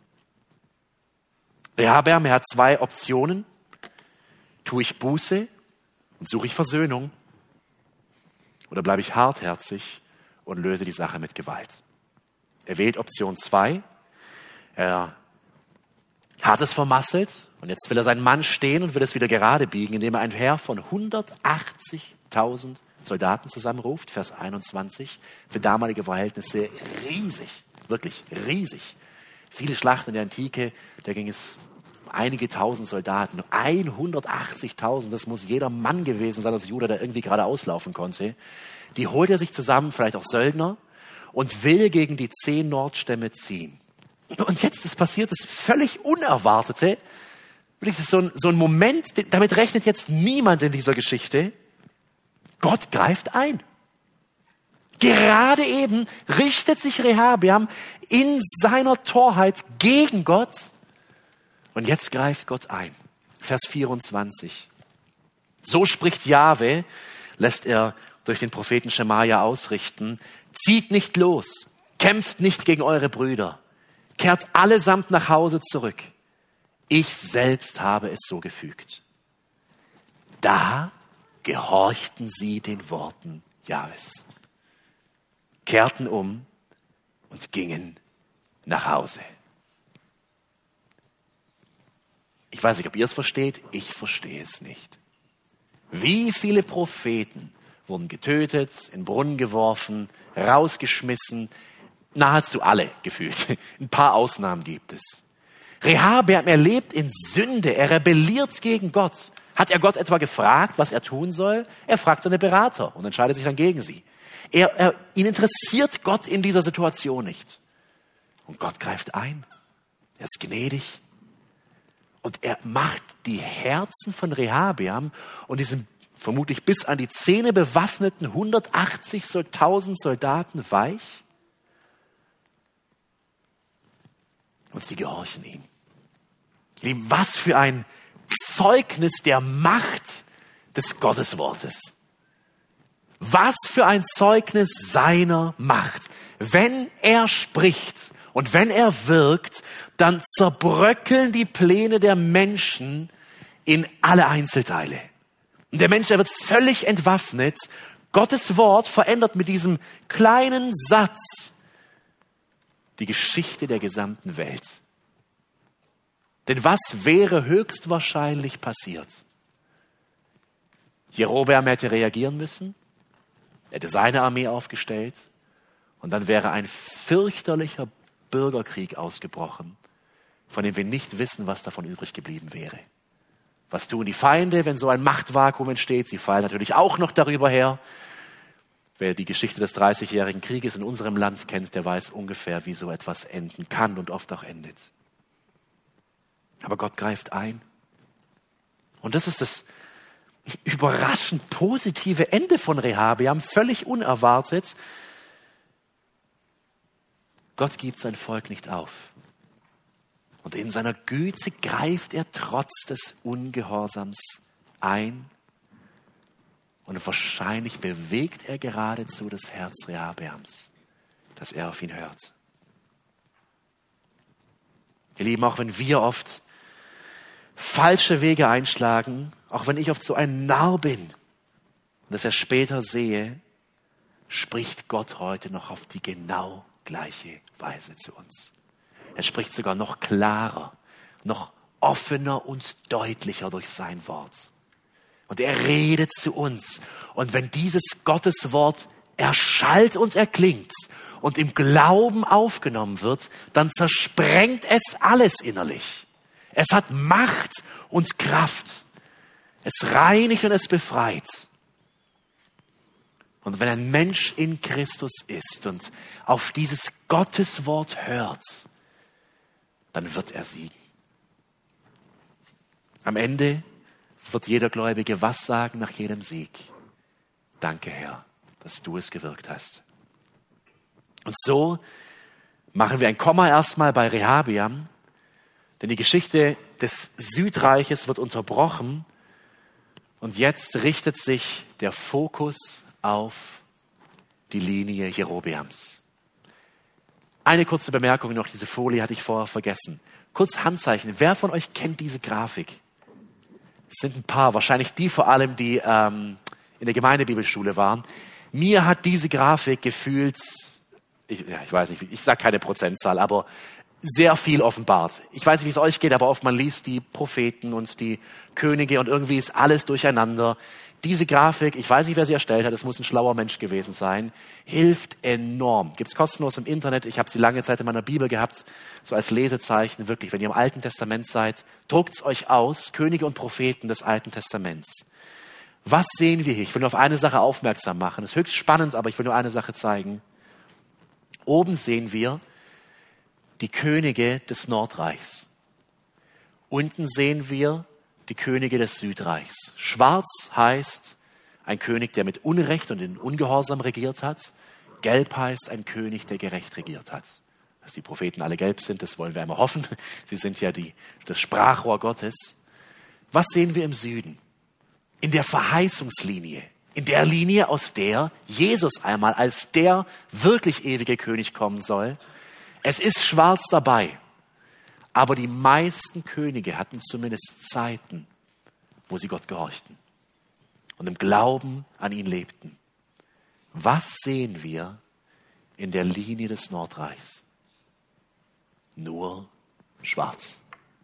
[SPEAKER 1] Rehabeam, er hat 2 Optionen. Tue ich Buße und suche ich Versöhnung? Oder bleibe ich hartherzig und löse die Sache mit Gewalt? Er wählt Option 2. Er hat es vermasselt und jetzt will er seinen Mann stehen und will es wieder gerade biegen, indem er ein Heer von 180.000 Soldaten zusammenruft. Vers 21. Für damalige Verhältnisse riesig, wirklich riesig. Viele Schlachten in der Antike, da ging es um einige tausend Soldaten. 180.000, das muss jeder Mann gewesen sein als Juda, der irgendwie gerade auslaufen konnte. Die holt er sich zusammen, vielleicht auch Söldner, und will gegen die 10 Nordstämme ziehen. Und jetzt ist passiert das völlig Unerwartete. Das ist so ein Moment, damit rechnet jetzt niemand in dieser Geschichte. Gott greift ein. Gerade eben richtet sich Rehabeam in seiner Torheit gegen Gott. Und jetzt greift Gott ein. Vers 24. So spricht Jahwe, lässt er durch den Propheten Schemaja ausrichten: Zieht nicht los, kämpft nicht gegen eure Brüder, kehrt allesamt nach Hause zurück. Ich selbst habe es so gefügt. Da gehorchten sie den Worten Jahwes, kehrten um und gingen nach Hause. Ich weiß nicht, ob ihr es versteht, ich verstehe es nicht. Wie viele Propheten wurden getötet, in den Brunnen geworfen, rausgeschmissen, nahezu alle gefühlt. Ein paar Ausnahmen gibt es. Rehabeam, er lebt in Sünde, er rebelliert gegen Gott. Hat er Gott etwa gefragt, was er tun soll? Er fragt seine Berater und entscheidet sich dann gegen sie. Ihn interessiert Gott in dieser Situation nicht. Und Gott greift ein. Er ist gnädig. Und er macht die Herzen von Rehabeam und diesen vermutlich bis an die Zähne bewaffneten 180.000 Soldaten weich. Und sie gehorchen ihm. Lieben, was für ein Zeugnis der Macht des Gotteswortes. Was für ein Zeugnis seiner Macht. Wenn er spricht und wenn er wirkt, dann zerbröckeln die Pläne der Menschen in alle Einzelteile. Und der Mensch, er wird völlig entwaffnet. Gottes Wort verändert mit diesem kleinen Satz die Geschichte der gesamten Welt. Denn was wäre höchstwahrscheinlich passiert? Jerobeam hätte reagieren müssen, hätte seine Armee aufgestellt und dann wäre ein fürchterlicher Bürgerkrieg ausgebrochen, von dem wir nicht wissen, was davon übrig geblieben wäre. Was tun die Feinde, wenn so ein Machtvakuum entsteht? Sie fallen natürlich auch noch darüber her. Wer die Geschichte des 30-jährigen Krieges in unserem Land kennt, der weiß ungefähr, wie so etwas enden kann und oft auch endet. Aber Gott greift ein. Und das ist das überraschend positive Ende von Rehabeam, völlig unerwartet. Gott gibt sein Volk nicht auf. Und in seiner Güte greift er trotz des Ungehorsams ein. Und wahrscheinlich bewegt er geradezu das Herz Rehabeams, dass er auf ihn hört. Ihr Lieben, auch wenn wir oft falsche Wege einschlagen, auch wenn ich oft so ein Narr bin und das erst später sehe, spricht Gott heute noch auf die genau gleiche Weise zu uns. Er spricht sogar noch klarer, noch offener und deutlicher durch sein Wort. Und er redet zu uns. Und wenn dieses Gotteswort erschallt und erklingt und im Glauben aufgenommen wird, dann zersprengt es alles innerlich. Es hat Macht und Kraft. Es reinigt und es befreit. Und wenn ein Mensch in Christus ist und auf dieses Gotteswort hört, dann wird er siegen. Am Ende wird jeder Gläubige was sagen nach jedem Sieg? Danke, Herr, dass du es gewirkt hast. Und so machen wir ein Komma erstmal bei Rehabeam, denn die Geschichte des Südreiches wird unterbrochen und jetzt richtet sich der Fokus auf die Linie Jerobeams. Eine kurze Bemerkung noch, diese Folie hatte ich vorher vergessen. Kurz Handzeichen, wer von euch kennt diese Grafik? Es sind ein paar, wahrscheinlich die vor allem, die in der Gemeindebibelschule waren. Mir hat diese Grafik gefühlt, ich weiß nicht, ich sage keine Prozentzahl, aber sehr viel offenbart. Ich weiß nicht, wie es euch geht, aber oft man liest die Propheten und die Könige und irgendwie ist alles durcheinander. Diese Grafik, ich weiß nicht, wer sie erstellt hat, es muss ein schlauer Mensch gewesen sein, hilft enorm. Gibt's kostenlos im Internet. Ich habe sie lange Zeit in meiner Bibel gehabt, so als Lesezeichen. Wirklich, wenn ihr im Alten Testament seid, druckt's euch aus, Könige und Propheten des Alten Testaments. Was sehen wir hier? Ich will nur auf eine Sache aufmerksam machen. Das ist höchst spannend, aber ich will nur eine Sache zeigen. Oben sehen wir die Könige des Nordreichs. Unten sehen wir die Könige des Südreichs. Schwarz heißt ein König, der mit Unrecht und in Ungehorsam regiert hat. Gelb heißt ein König, der gerecht regiert hat. Dass die Propheten alle gelb sind, das wollen wir einmal hoffen. Sie sind ja das Sprachrohr Gottes. Was sehen wir im Süden? In der Verheißungslinie. In der Linie, aus der Jesus einmal als der wirklich ewige König kommen soll. Es ist schwarz dabei. Aber die meisten Könige hatten zumindest Zeiten, wo sie Gott gehorchten und im Glauben an ihn lebten. Was sehen wir in der Linie des Nordreichs? Nur schwarz.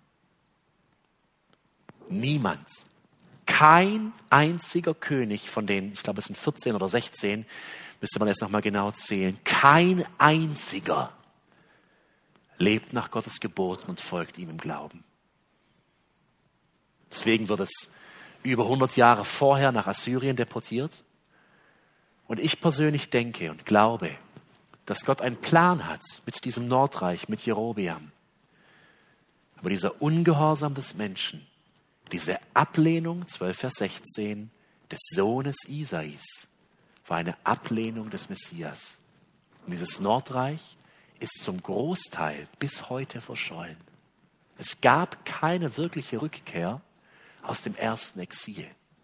[SPEAKER 1] Niemand, kein einziger König von denen, ich glaube es sind 14 oder 16, müsste man jetzt nochmal genau zählen, kein einziger lebt nach Gottes Geboten und folgt ihm im Glauben. Deswegen wird es über 100 Jahre vorher nach Assyrien deportiert. Und ich persönlich denke und glaube, dass Gott einen Plan hat mit diesem Nordreich, mit Jerobeam. Aber dieser Ungehorsam des Menschen, diese Ablehnung, 12 Vers 16, des Sohnes Isais, war eine Ablehnung des Messias. Und dieses Nordreich ist zum Großteil bis heute verschollen. Es gab keine wirkliche Rückkehr aus dem ersten Exil.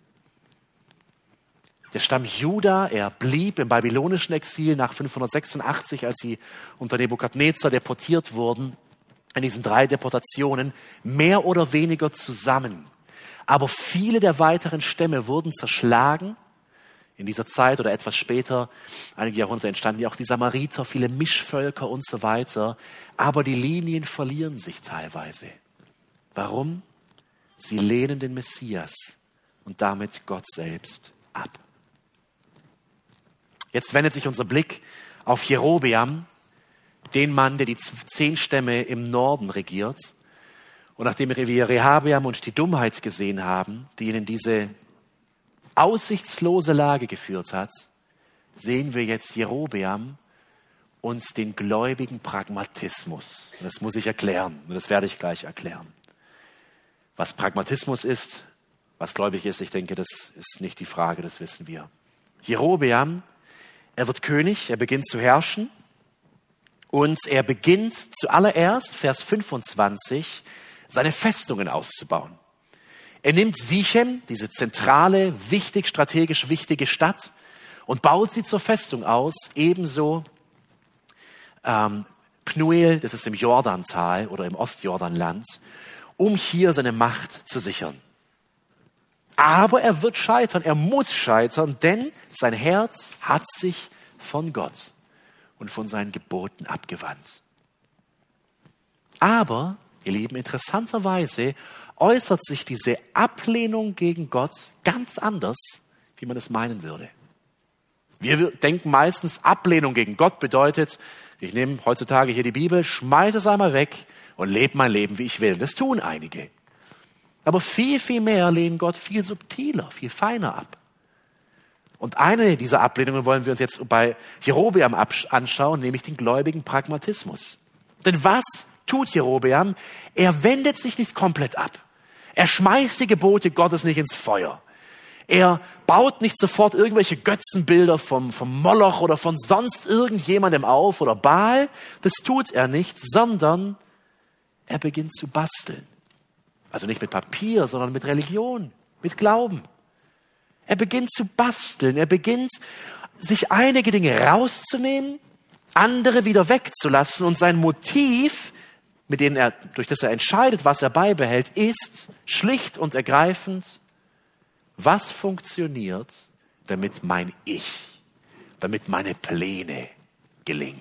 [SPEAKER 1] Der Stamm Juda, er blieb im babylonischen Exil nach 586, als sie unter Nebukadnezar deportiert wurden, in diesen 3 Deportationen, mehr oder weniger zusammen. Aber viele der weiteren Stämme wurden zerschlagen. In dieser Zeit oder etwas später, einige Jahrhunderte, entstanden ja auch die Samariter, viele Mischvölker und so weiter. Aber die Linien verlieren sich teilweise. Warum? Sie lehnen den Messias und damit Gott selbst ab. Jetzt wendet sich unser Blick auf Jerobeam, den Mann, der die 10 Stämme im Norden regiert. Und nachdem wir Rehabeam und die Dummheit gesehen haben, die ihn in diese aussichtslose Lage geführt hat, sehen wir jetzt Jerobeam und den gläubigen Pragmatismus. Das muss ich erklären und das werde ich gleich erklären. Was Pragmatismus ist, was gläubig ist, ich denke, das ist nicht die Frage, das wissen wir. Jerobeam, er wird König, er beginnt zu herrschen und er beginnt zuallererst, Vers 25, seine Festungen auszubauen. Er nimmt Sichem, diese zentrale, strategisch wichtige Stadt, und baut sie zur Festung aus, ebenso Pnuel, das ist im Jordantal oder im Ostjordanland, um hier seine Macht zu sichern. Aber er wird scheitern, er muss scheitern, denn sein Herz hat sich von Gott und von seinen Geboten abgewandt. Aber, ihr Lieben, interessanterweise äußert sich diese Ablehnung gegen Gott ganz anders, wie man es meinen würde. Wir denken meistens, Ablehnung gegen Gott bedeutet, ich nehme heutzutage hier die Bibel, schmeiße es einmal weg und lebe mein Leben, wie ich will. Das tun einige. Aber viel, viel mehr lehnen Gott viel subtiler, viel feiner ab. Und eine dieser Ablehnungen wollen wir uns jetzt bei Jerobeam anschauen, nämlich den gläubigen Pragmatismus. Denn was tut Jerobeam? Er wendet sich nicht komplett ab. Er schmeißt die Gebote Gottes nicht ins Feuer. Er baut nicht sofort irgendwelche Götzenbilder vom Moloch oder von sonst irgendjemandem auf oder Baal. Das tut er nicht, sondern er beginnt zu basteln. Also nicht mit Papier, sondern mit Religion, mit Glauben. Er beginnt zu basteln. Er beginnt, sich einige Dinge rauszunehmen, andere wieder wegzulassen. Und sein Motiv, durch das er entscheidet, was er beibehält, ist schlicht und ergreifend: Was funktioniert, damit damit meine Pläne gelingen?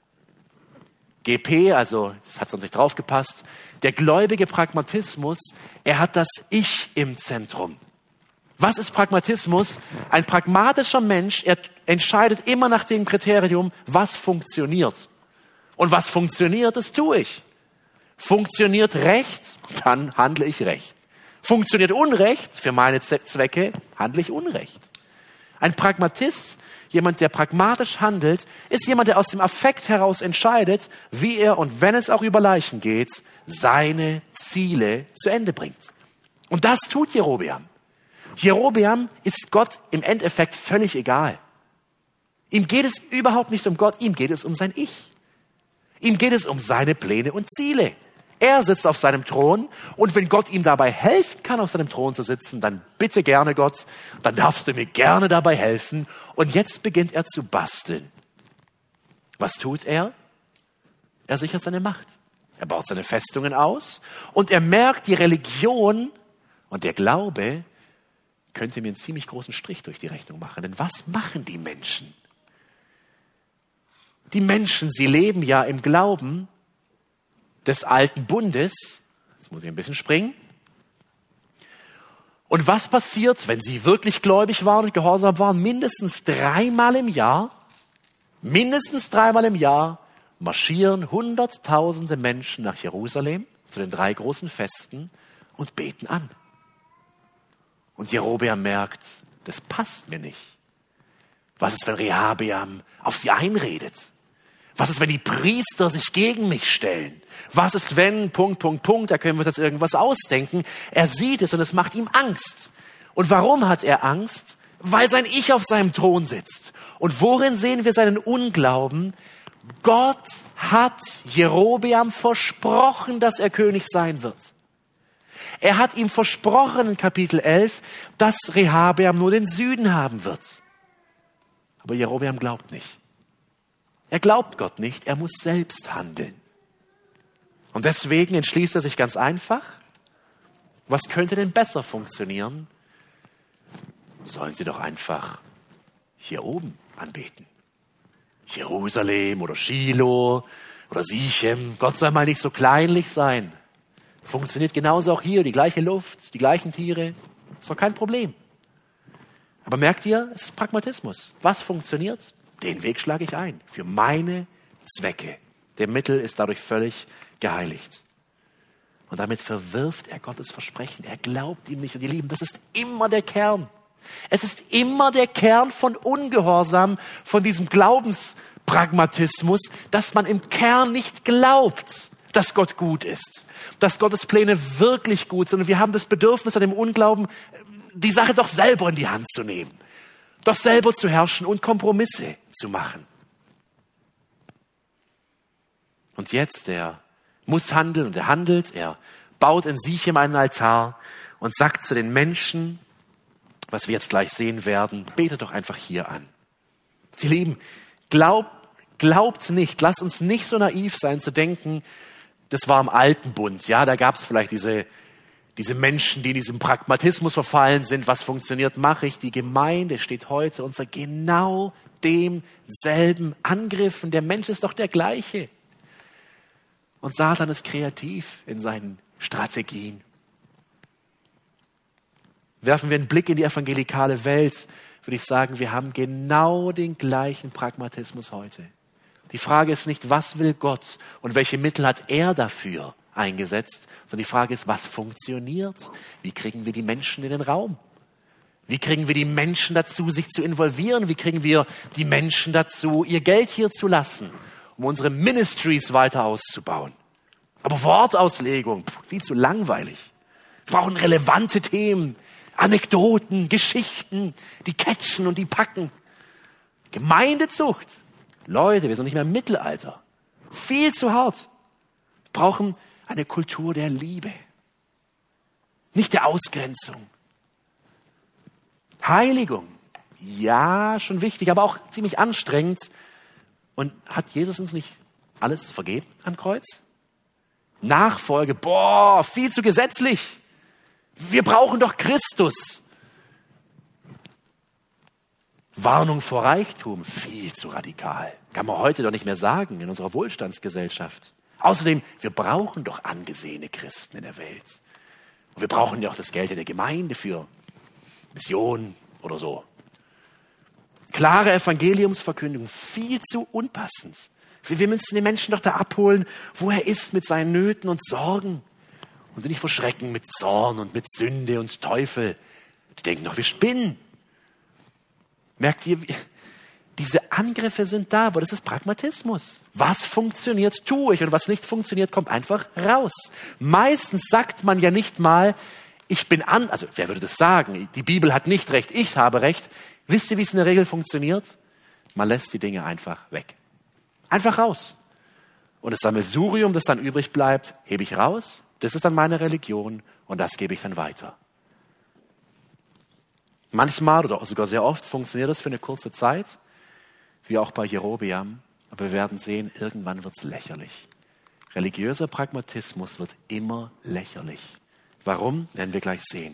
[SPEAKER 1] GP, also das hat sonst nicht draufgepasst, der gläubige Pragmatismus, er hat das Ich im Zentrum. Was ist Pragmatismus? Ein pragmatischer Mensch, er entscheidet immer nach dem Kriterium, was funktioniert. Und was funktioniert, das tue ich. Funktioniert Recht, dann handle ich Recht. Funktioniert Unrecht, für meine Zwecke handle ich Unrecht. Ein Pragmatist, jemand, der pragmatisch handelt, ist jemand, der aus dem Affekt heraus entscheidet, wie er, und wenn es auch über Leichen geht, seine Ziele zu Ende bringt. Und das tut Jerobeam. Jerobeam ist Gott im Endeffekt völlig egal. Ihm geht es überhaupt nicht um Gott, ihm geht es um sein Ich. Ihm geht es um seine Pläne und Ziele. Er sitzt auf seinem Thron und wenn Gott ihm dabei helfen kann, auf seinem Thron zu sitzen, dann bitte gerne Gott, dann darfst du mir gerne dabei helfen. Und jetzt beginnt er zu basteln. Was tut er? Er sichert seine Macht. Er baut seine Festungen aus und er merkt, die Religion und der Glaube könnte mir einen ziemlich großen Strich durch die Rechnung machen. Denn was machen die Menschen? Die Menschen, sie leben ja im Glauben des alten Bundes. Jetzt muss ich ein bisschen springen. Und was passiert, wenn sie wirklich gläubig waren und gehorsam waren? Mindestens dreimal im Jahr marschieren Hunderttausende Menschen nach Jerusalem zu den 3 großen Festen und beten an. Und Jerobeam merkt, das passt mir nicht. Was ist, wenn Rehabeam auf sie einredet? Was ist, wenn die Priester sich gegen mich stellen? Was ist, wenn, ... da können wir uns jetzt irgendwas ausdenken. Er sieht es und es macht ihm Angst. Und warum hat er Angst? Weil sein Ich auf seinem Thron sitzt. Und worin sehen wir seinen Unglauben? Gott hat Jerobeam versprochen, dass er König sein wird. Er hat ihm versprochen in Kapitel 11, dass Rehabeam nur den Süden haben wird. Aber Jerobeam glaubt nicht. Er glaubt Gott nicht, er muss selbst handeln. Und deswegen entschließt er sich ganz einfach, was könnte denn besser funktionieren? Sollen sie doch einfach hier oben anbeten. Jerusalem oder Shiloh oder Sichem. Gott soll mal nicht so kleinlich sein. Funktioniert genauso auch hier, die gleiche Luft, die gleichen Tiere. Ist doch kein Problem. Aber merkt ihr, es ist Pragmatismus. Was funktioniert? Den Weg schlage ich ein. Für meine Zwecke. Der Mittel ist dadurch völlig geheiligt. Und damit verwirft er Gottes Versprechen. Er glaubt ihm nicht. Und ihr Lieben, das ist immer der Kern. Es ist immer der Kern von Ungehorsam, von diesem Glaubenspragmatismus, dass man im Kern nicht glaubt, dass Gott gut ist, dass Gottes Pläne wirklich gut sind. Und wir haben das Bedürfnis an dem Unglauben, die Sache doch selber in die Hand zu nehmen, doch selber zu herrschen und Kompromisse zu machen. Und jetzt, er muss handeln und er handelt, er baut in Sichem einen Altar und sagt zu den Menschen, was wir jetzt gleich sehen werden, betet doch einfach hier an. Sie Lieben, glaubt nicht, lasst uns nicht so naiv sein zu denken, das war im alten Bund, ja, da gab es vielleicht diese Menschen, die in diesem Pragmatismus verfallen sind, was funktioniert, mache ich. Die Gemeinde steht heute unter genau demselben Angriff und der Mensch ist doch der gleiche. Und Satan ist kreativ in seinen Strategien. Werfen wir einen Blick in die evangelikale Welt, würde ich sagen, wir haben genau den gleichen Pragmatismus heute. Die Frage ist nicht, was will Gott und welche Mittel hat er dafür eingesetzt, sondern die Frage ist, was funktioniert? Wie kriegen wir die Menschen in den Raum? Wie kriegen wir die Menschen dazu, sich zu involvieren? Wie kriegen wir die Menschen dazu, ihr Geld hier zu lassen, um unsere Ministries weiter auszubauen? Aber Wortauslegung, viel zu langweilig. Wir brauchen relevante Themen, Anekdoten, Geschichten, die catchen und die packen. Gemeindezucht. Leute, wir sind nicht mehr im Mittelalter. Viel zu hart. Wir brauchen eine Kultur der Liebe. Nicht der Ausgrenzung. Heiligung. Ja, schon wichtig, aber auch ziemlich anstrengend. Und hat Jesus uns nicht alles vergeben am Kreuz? Nachfolge, viel zu gesetzlich. Wir brauchen doch Christus. Warnung vor Reichtum, viel zu radikal. Kann man heute doch nicht mehr sagen in unserer Wohlstandsgesellschaft. Außerdem, wir brauchen doch angesehene Christen in der Welt. Und wir brauchen ja auch das Geld in der Gemeinde für Mission oder so. Klare Evangeliumsverkündung, viel zu unpassend. Wir müssen den Menschen doch da abholen, wo er ist mit seinen Nöten und Sorgen. Und sie nicht verschrecken mit Zorn und mit Sünde und Teufel. Die denken doch, wir spinnen. Merkt ihr, diese Angriffe sind da, aber das ist Pragmatismus. Was funktioniert, tue ich. Und was nicht funktioniert, kommt einfach raus. Meistens sagt man ja nicht mal, ich bin also wer würde das sagen? Die Bibel hat nicht recht, ich habe recht. Wisst ihr, wie es in der Regel funktioniert? Man lässt die Dinge einfach weg. Einfach raus. Und das Sammelsurium, das dann übrig bleibt, hebe ich raus. Das ist dann meine Religion und das gebe ich dann weiter. Manchmal oder sogar sehr oft funktioniert das für eine kurze Zeit, wie auch bei Jerobeam. Aber wir werden sehen, irgendwann wird es lächerlich. Religiöser Pragmatismus wird immer lächerlich. Warum? Werden wir gleich sehen.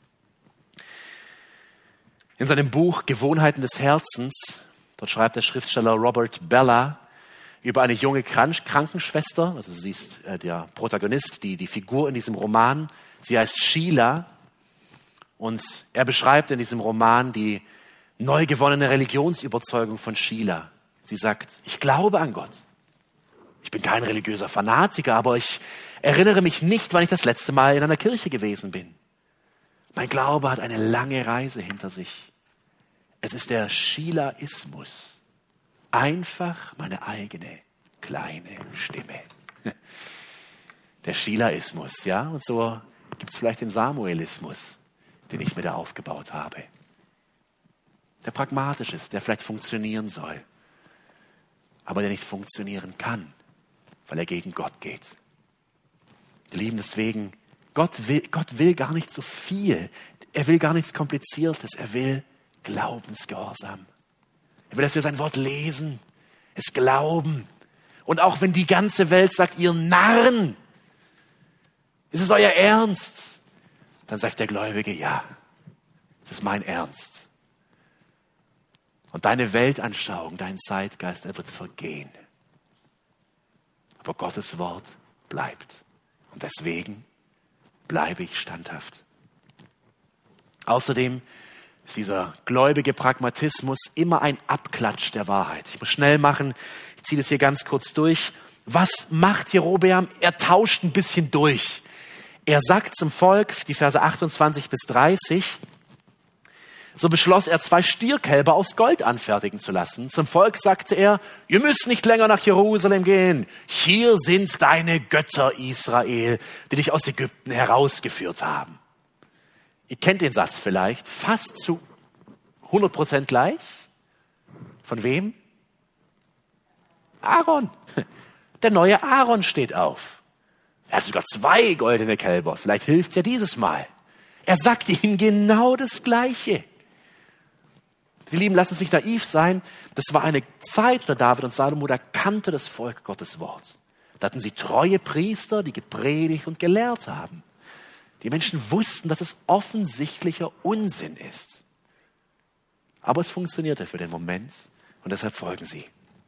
[SPEAKER 1] In seinem Buch Gewohnheiten des Herzens, dort schreibt der Schriftsteller Robert Bellah über eine junge Krankenschwester, also sie ist der Protagonist, die Figur in diesem Roman. Sie heißt Sheila und er beschreibt in diesem Roman die neu gewonnene Religionsüberzeugung von Sheila. Sie sagt, ich glaube an Gott. Ich bin kein religiöser Fanatiker, aber ich erinnere mich nicht, wann ich das letzte Mal in einer Kirche gewesen bin. Mein Glaube hat eine lange Reise hinter sich. Es ist der Sheilaismus. Einfach meine eigene kleine Stimme. Der Sheilaismus, ja? Und so gibt es vielleicht den Samuelismus, den ich mir da aufgebaut habe. Der pragmatisch ist, der vielleicht funktionieren soll, aber der nicht funktionieren kann, weil er gegen Gott geht. Wir lieben deswegen, Gott will gar nicht so viel. Er will gar nichts Kompliziertes. Er will Glaubensgehorsam. Er will, dass wir sein Wort lesen, es glauben. Und auch wenn die ganze Welt sagt, ihr Narren, ist es euer Ernst? Dann sagt der Gläubige, ja, es ist mein Ernst. Und deine Weltanschauung, dein Zeitgeist, er wird vergehen. Aber Gottes Wort bleibt. Und deswegen bleibe ich standhaft. Außerdem ist dieser gläubige Pragmatismus immer ein Abklatsch der Wahrheit. Ich muss schnell machen, ich ziehe das hier ganz kurz durch. Was macht Jerobeam? Er tauscht ein bisschen durch. Er sagt zum Volk, die Verse 28 bis 30, So beschloss er, 2 Stierkälber aus Gold anfertigen zu lassen. Zum Volk sagte er, ihr müsst nicht länger nach Jerusalem gehen. Hier sind deine Götter, Israel, die dich aus Ägypten herausgeführt haben. Ihr kennt den Satz vielleicht, fast zu 100% gleich. Von wem? Aaron. Der neue Aaron steht auf. Er hat sogar 2 goldene Kälber. Vielleicht hilft's ja dieses Mal. Er sagt ihnen genau das Gleiche. Die Lieben, lassen Sie nicht naiv sein. Das war eine Zeit unter David und Salomo, da kannte das Volk Gottes Wort. Da hatten sie treue Priester, die gepredigt und gelehrt haben. Die Menschen wussten, dass es offensichtlicher Unsinn ist. Aber es funktionierte für den Moment und deshalb folgen sie.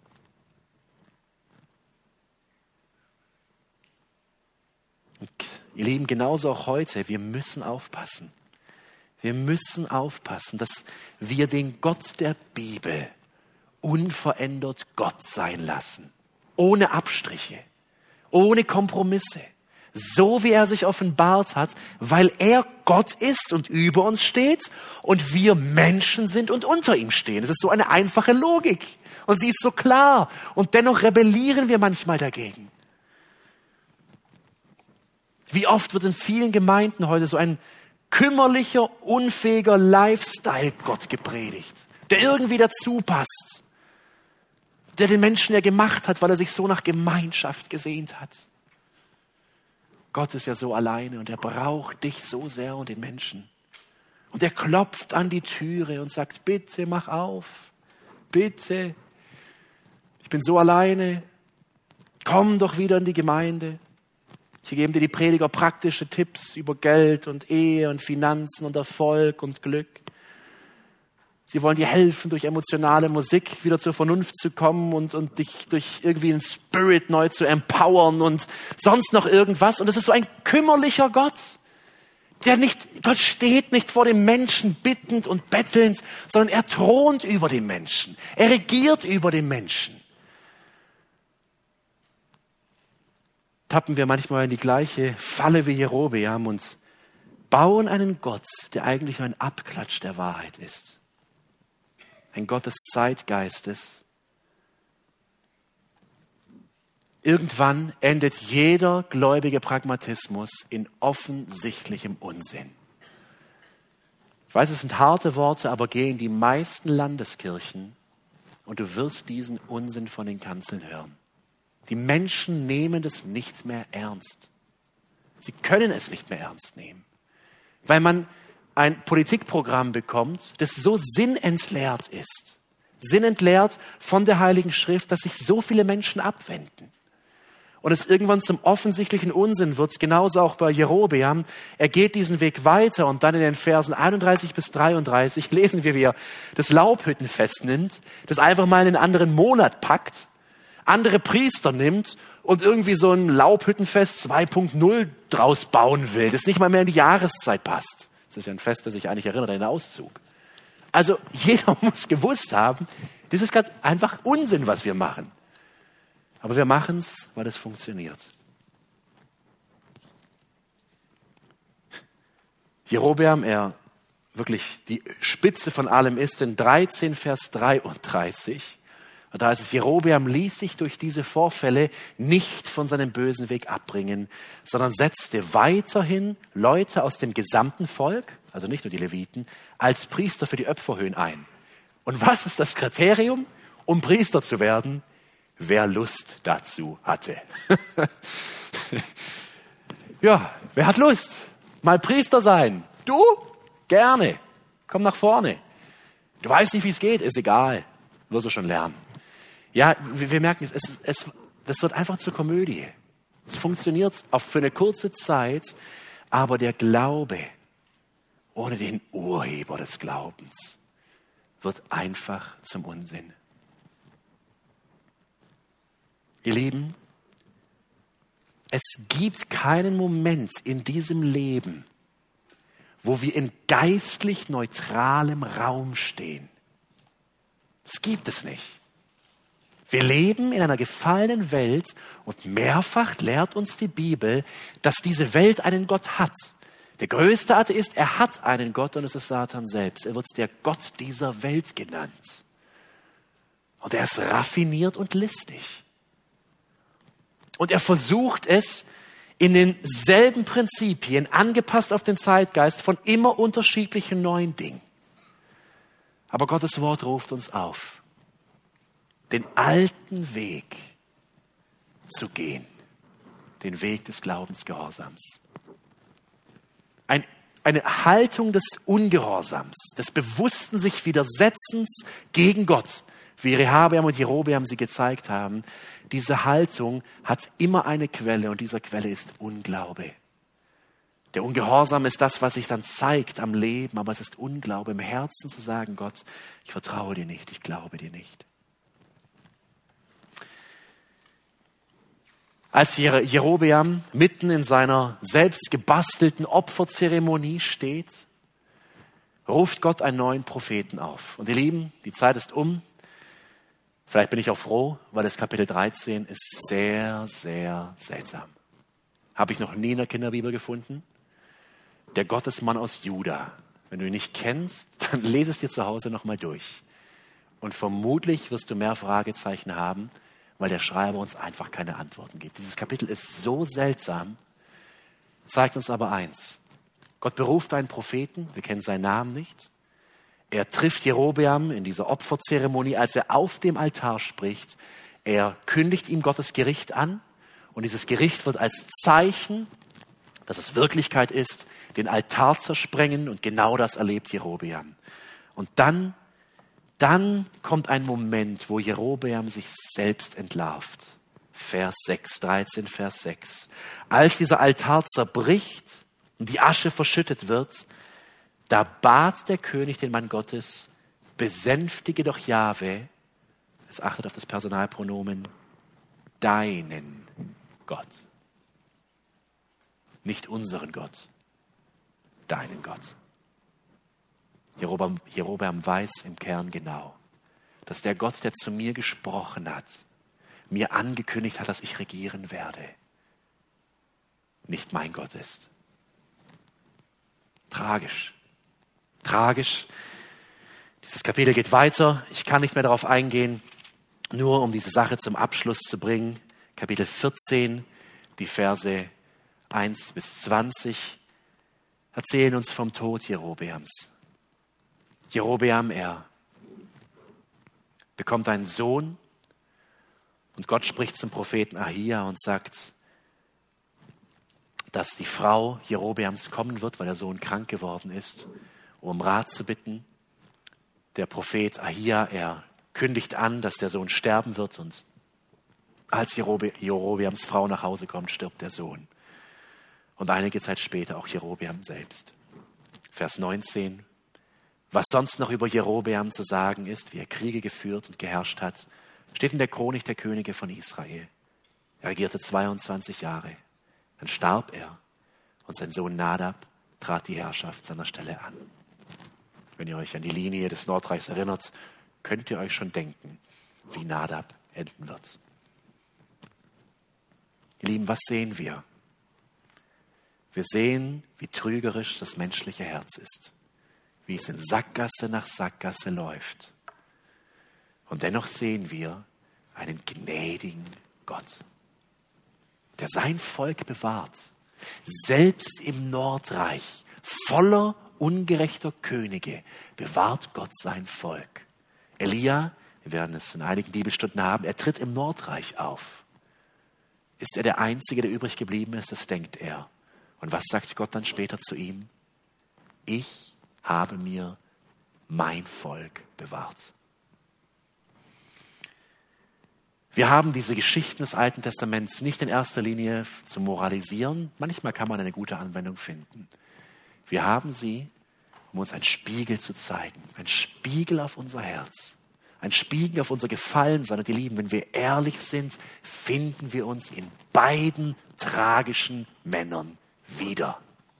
[SPEAKER 1] Und ihr Lieben, genauso auch heute, wir müssen aufpassen. Wir müssen aufpassen, dass wir den Gott der Bibel unverändert Gott sein lassen. Ohne Abstriche, ohne Kompromisse. So wie er sich offenbart hat, weil er Gott ist und über uns steht und wir Menschen sind und unter ihm stehen. Es ist so eine einfache Logik und sie ist so klar. Und dennoch rebellieren wir manchmal dagegen. Wie oft wird in vielen Gemeinden heute so ein kümmerlicher, unfähiger Lifestyle-Gott gepredigt, der irgendwie dazu passt, der den Menschen ja gemacht hat, weil er sich so nach Gemeinschaft gesehnt hat. Gott ist ja so alleine und er braucht dich so sehr und den Menschen. Und er klopft an die Türe und sagt, bitte mach auf, bitte, ich bin so alleine, komm doch wieder in die Gemeinde. Hier geben dir die Prediger praktische Tipps über Geld und Ehe und Finanzen und Erfolg und Glück. Sie wollen dir helfen, durch emotionale Musik wieder zur Vernunft zu kommen und dich durch irgendwie einen Spirit neu zu empowern und sonst noch irgendwas. Und es ist so ein kümmerlicher Gott. Gott steht nicht vor dem Menschen bittend und bettelnd, sondern er thront über den Menschen. Er regiert über den Menschen. Tappen wir manchmal in die gleiche Falle wie Jerobeam und bauen einen Gott, der eigentlich nur ein Abklatsch der Wahrheit ist. Ein Gott des Zeitgeistes. Irgendwann endet jeder gläubige Pragmatismus in offensichtlichem Unsinn. Ich weiß, es sind harte Worte, aber geh in die meisten Landeskirchen und du wirst diesen Unsinn von den Kanzeln hören. Die Menschen nehmen das nicht mehr ernst. Sie können es nicht mehr ernst nehmen, weil man ein Politikprogramm bekommt, das so sinnentleert ist. Sinnentleert von der Heiligen Schrift, dass sich so viele Menschen abwenden. Und es irgendwann zum offensichtlichen Unsinn wird, genauso auch bei Jerobeam. Er geht diesen Weg weiter und dann in den Versen 31 bis 33 lesen wir, wie er das Laubhüttenfest nimmt, das einfach mal in einen anderen Monat packt, andere Priester nimmt und irgendwie so ein Laubhüttenfest 2.0 draus bauen will, das nicht mal mehr in die Jahreszeit passt. Das ist ja ein Fest, das sich eigentlich erinnert an den Auszug. Also jeder muss gewusst haben, das ist gerade einfach Unsinn, was wir machen. Aber wir machen es, weil es funktioniert. Jerobeam, er wirklich die Spitze von allem ist, in 13 Vers 33. Und da heißt es, Jerobeam ließ sich durch diese Vorfälle nicht von seinem bösen Weg abbringen, sondern setzte weiterhin Leute aus dem gesamten Volk, also nicht nur die Leviten, als Priester für die Opferhöhen ein. Und was ist das Kriterium, um Priester zu werden? Wer Lust dazu hatte. Ja, wer hat Lust? Mal Priester sein. Du? Gerne. Komm nach vorne. Du weißt nicht, wie es geht, ist egal. Wirst du schon lernen. Ja, wir merken, das wird einfach zur Komödie. Es funktioniert auch für eine kurze Zeit, aber der Glaube ohne den Urheber des Glaubens wird einfach zum Unsinn. Ihr Lieben, es gibt keinen Moment in diesem Leben, wo wir in geistlich neutralem Raum stehen. Das gibt es nicht. Wir leben in einer gefallenen Welt und mehrfach lehrt uns die Bibel, dass diese Welt einen Gott hat, Der größte Atheist, er hat einen Gott und es ist Satan selbst. Er wird der Gott dieser Welt genannt. Und er ist raffiniert und listig. Und er versucht es in denselben Prinzipien, angepasst auf den Zeitgeist, von immer unterschiedlichen neuen Dingen. Aber Gottes Wort ruft uns auf, den alten Weg zu gehen, den Weg des Glaubensgehorsams. Eine Haltung des Ungehorsams, des bewussten sich Widersetzens gegen Gott, wie Rehabeam und Jerobeam sie gezeigt haben. Diese Haltung hat immer eine Quelle und diese Quelle ist Unglaube. Der Ungehorsam ist das, was sich dann zeigt am Leben, aber es ist Unglaube im Herzen zu sagen, Gott, ich vertraue dir nicht, ich glaube dir nicht. Als Jerobeam mitten in seiner selbst gebastelten Opferzeremonie steht, ruft Gott einen neuen Propheten auf. Und ihr Lieben, die Zeit ist um. Vielleicht bin ich auch froh, weil das Kapitel 13 ist sehr, sehr seltsam. Habe ich noch nie in der Kinderbibel gefunden. Der Gottesmann aus Juda. Wenn du ihn nicht kennst, dann lese es dir zu Hause nochmal durch. Und vermutlich wirst du mehr Fragezeichen haben, weil der Schreiber uns einfach keine Antworten gibt. Dieses Kapitel ist so seltsam, zeigt uns aber eins. Gott beruft einen Propheten, wir kennen seinen Namen nicht. Er trifft Jerobeam in dieser Opferzeremonie, als er auf dem Altar spricht. Er kündigt ihm Gottes Gericht an und dieses Gericht wird als Zeichen, dass es Wirklichkeit ist, den Altar zersprengen und genau das erlebt Jerobeam. Und dann kommt ein Moment, wo Jerobeam sich selbst entlarvt. Vers 6, 13, Vers 6. Als dieser Altar zerbricht und die Asche verschüttet wird, da bat der König den Mann Gottes, besänftige doch Jahwe, es achtet auf das Personalpronomen, deinen Gott. Nicht unseren Gott, deinen Gott. Jerobeam weiß im Kern genau, dass der Gott, der zu mir gesprochen hat, mir angekündigt hat, dass ich regieren werde, nicht mein Gott ist. Tragisch. Tragisch. Dieses Kapitel geht weiter. Ich kann nicht mehr darauf eingehen, nur um diese Sache zum Abschluss zu bringen. Kapitel 14, die Verse 1 bis 20 erzählen uns vom Tod Jerobeams. Jerobeam, er bekommt einen Sohn und Gott spricht zum Propheten Ahia und sagt, dass die Frau Jerobeams kommen wird, weil der Sohn krank geworden ist, um Rat zu bitten. Der Prophet Ahia, er kündigt an, dass der Sohn sterben wird und als Jerobeams Frau nach Hause kommt, stirbt der Sohn. Und einige Zeit später auch Jerobeam selbst. Vers 19. Was sonst noch über Jerobeam zu sagen ist, wie er Kriege geführt und geherrscht hat, steht in der Chronik der Könige von Israel. Er regierte 22 Jahre. Dann starb er und sein Sohn Nadab trat die Herrschaft seiner Stelle an. Wenn ihr euch an die Linie des Nordreichs erinnert, könnt ihr euch schon denken, wie Nadab enden wird. Ihr Lieben, was sehen wir? Wir sehen, wie trügerisch das menschliche Herz ist, wie es in Sackgasse nach Sackgasse läuft. Und dennoch sehen wir einen gnädigen Gott, der sein Volk bewahrt, selbst im Nordreich, voller ungerechter Könige, bewahrt Gott sein Volk. Elia, wir werden es in einigen Bibelstunden haben, er tritt im Nordreich auf. Ist er der Einzige, der übrig geblieben ist? Das denkt er. Und was sagt Gott dann später zu ihm? Ich habe mir mein Volk bewahrt. Wir haben diese Geschichten des Alten Testaments nicht in erster Linie zu moralisieren. Manchmal kann man eine gute Anwendung finden. Wir haben sie, um uns einen Spiegel zu zeigen. Ein Spiegel auf unser Herz. Ein Spiegel auf unser Gefallensein. Und ihr Lieben, wenn wir ehrlich sind, finden wir uns in beiden tragischen Männern wieder.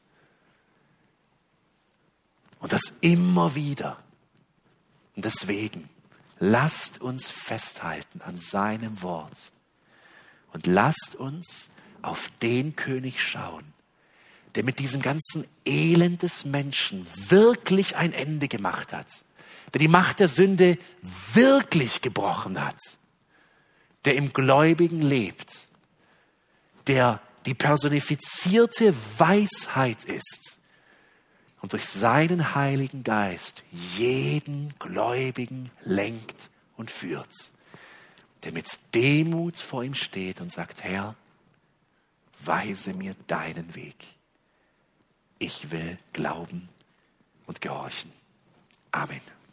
[SPEAKER 1] Und das immer wieder. Und deswegen, lasst uns festhalten an seinem Wort. Und lasst uns auf den König schauen, der mit diesem ganzen Elend des Menschen wirklich ein Ende gemacht hat, der die Macht der Sünde wirklich gebrochen hat, der im Gläubigen lebt, der die personifizierte Weisheit ist und durch seinen Heiligen Geist jeden Gläubigen lenkt und führt, der mit Demut vor ihm steht und sagt, Herr, weise mir deinen Weg. Ich will glauben und gehorchen. Amen.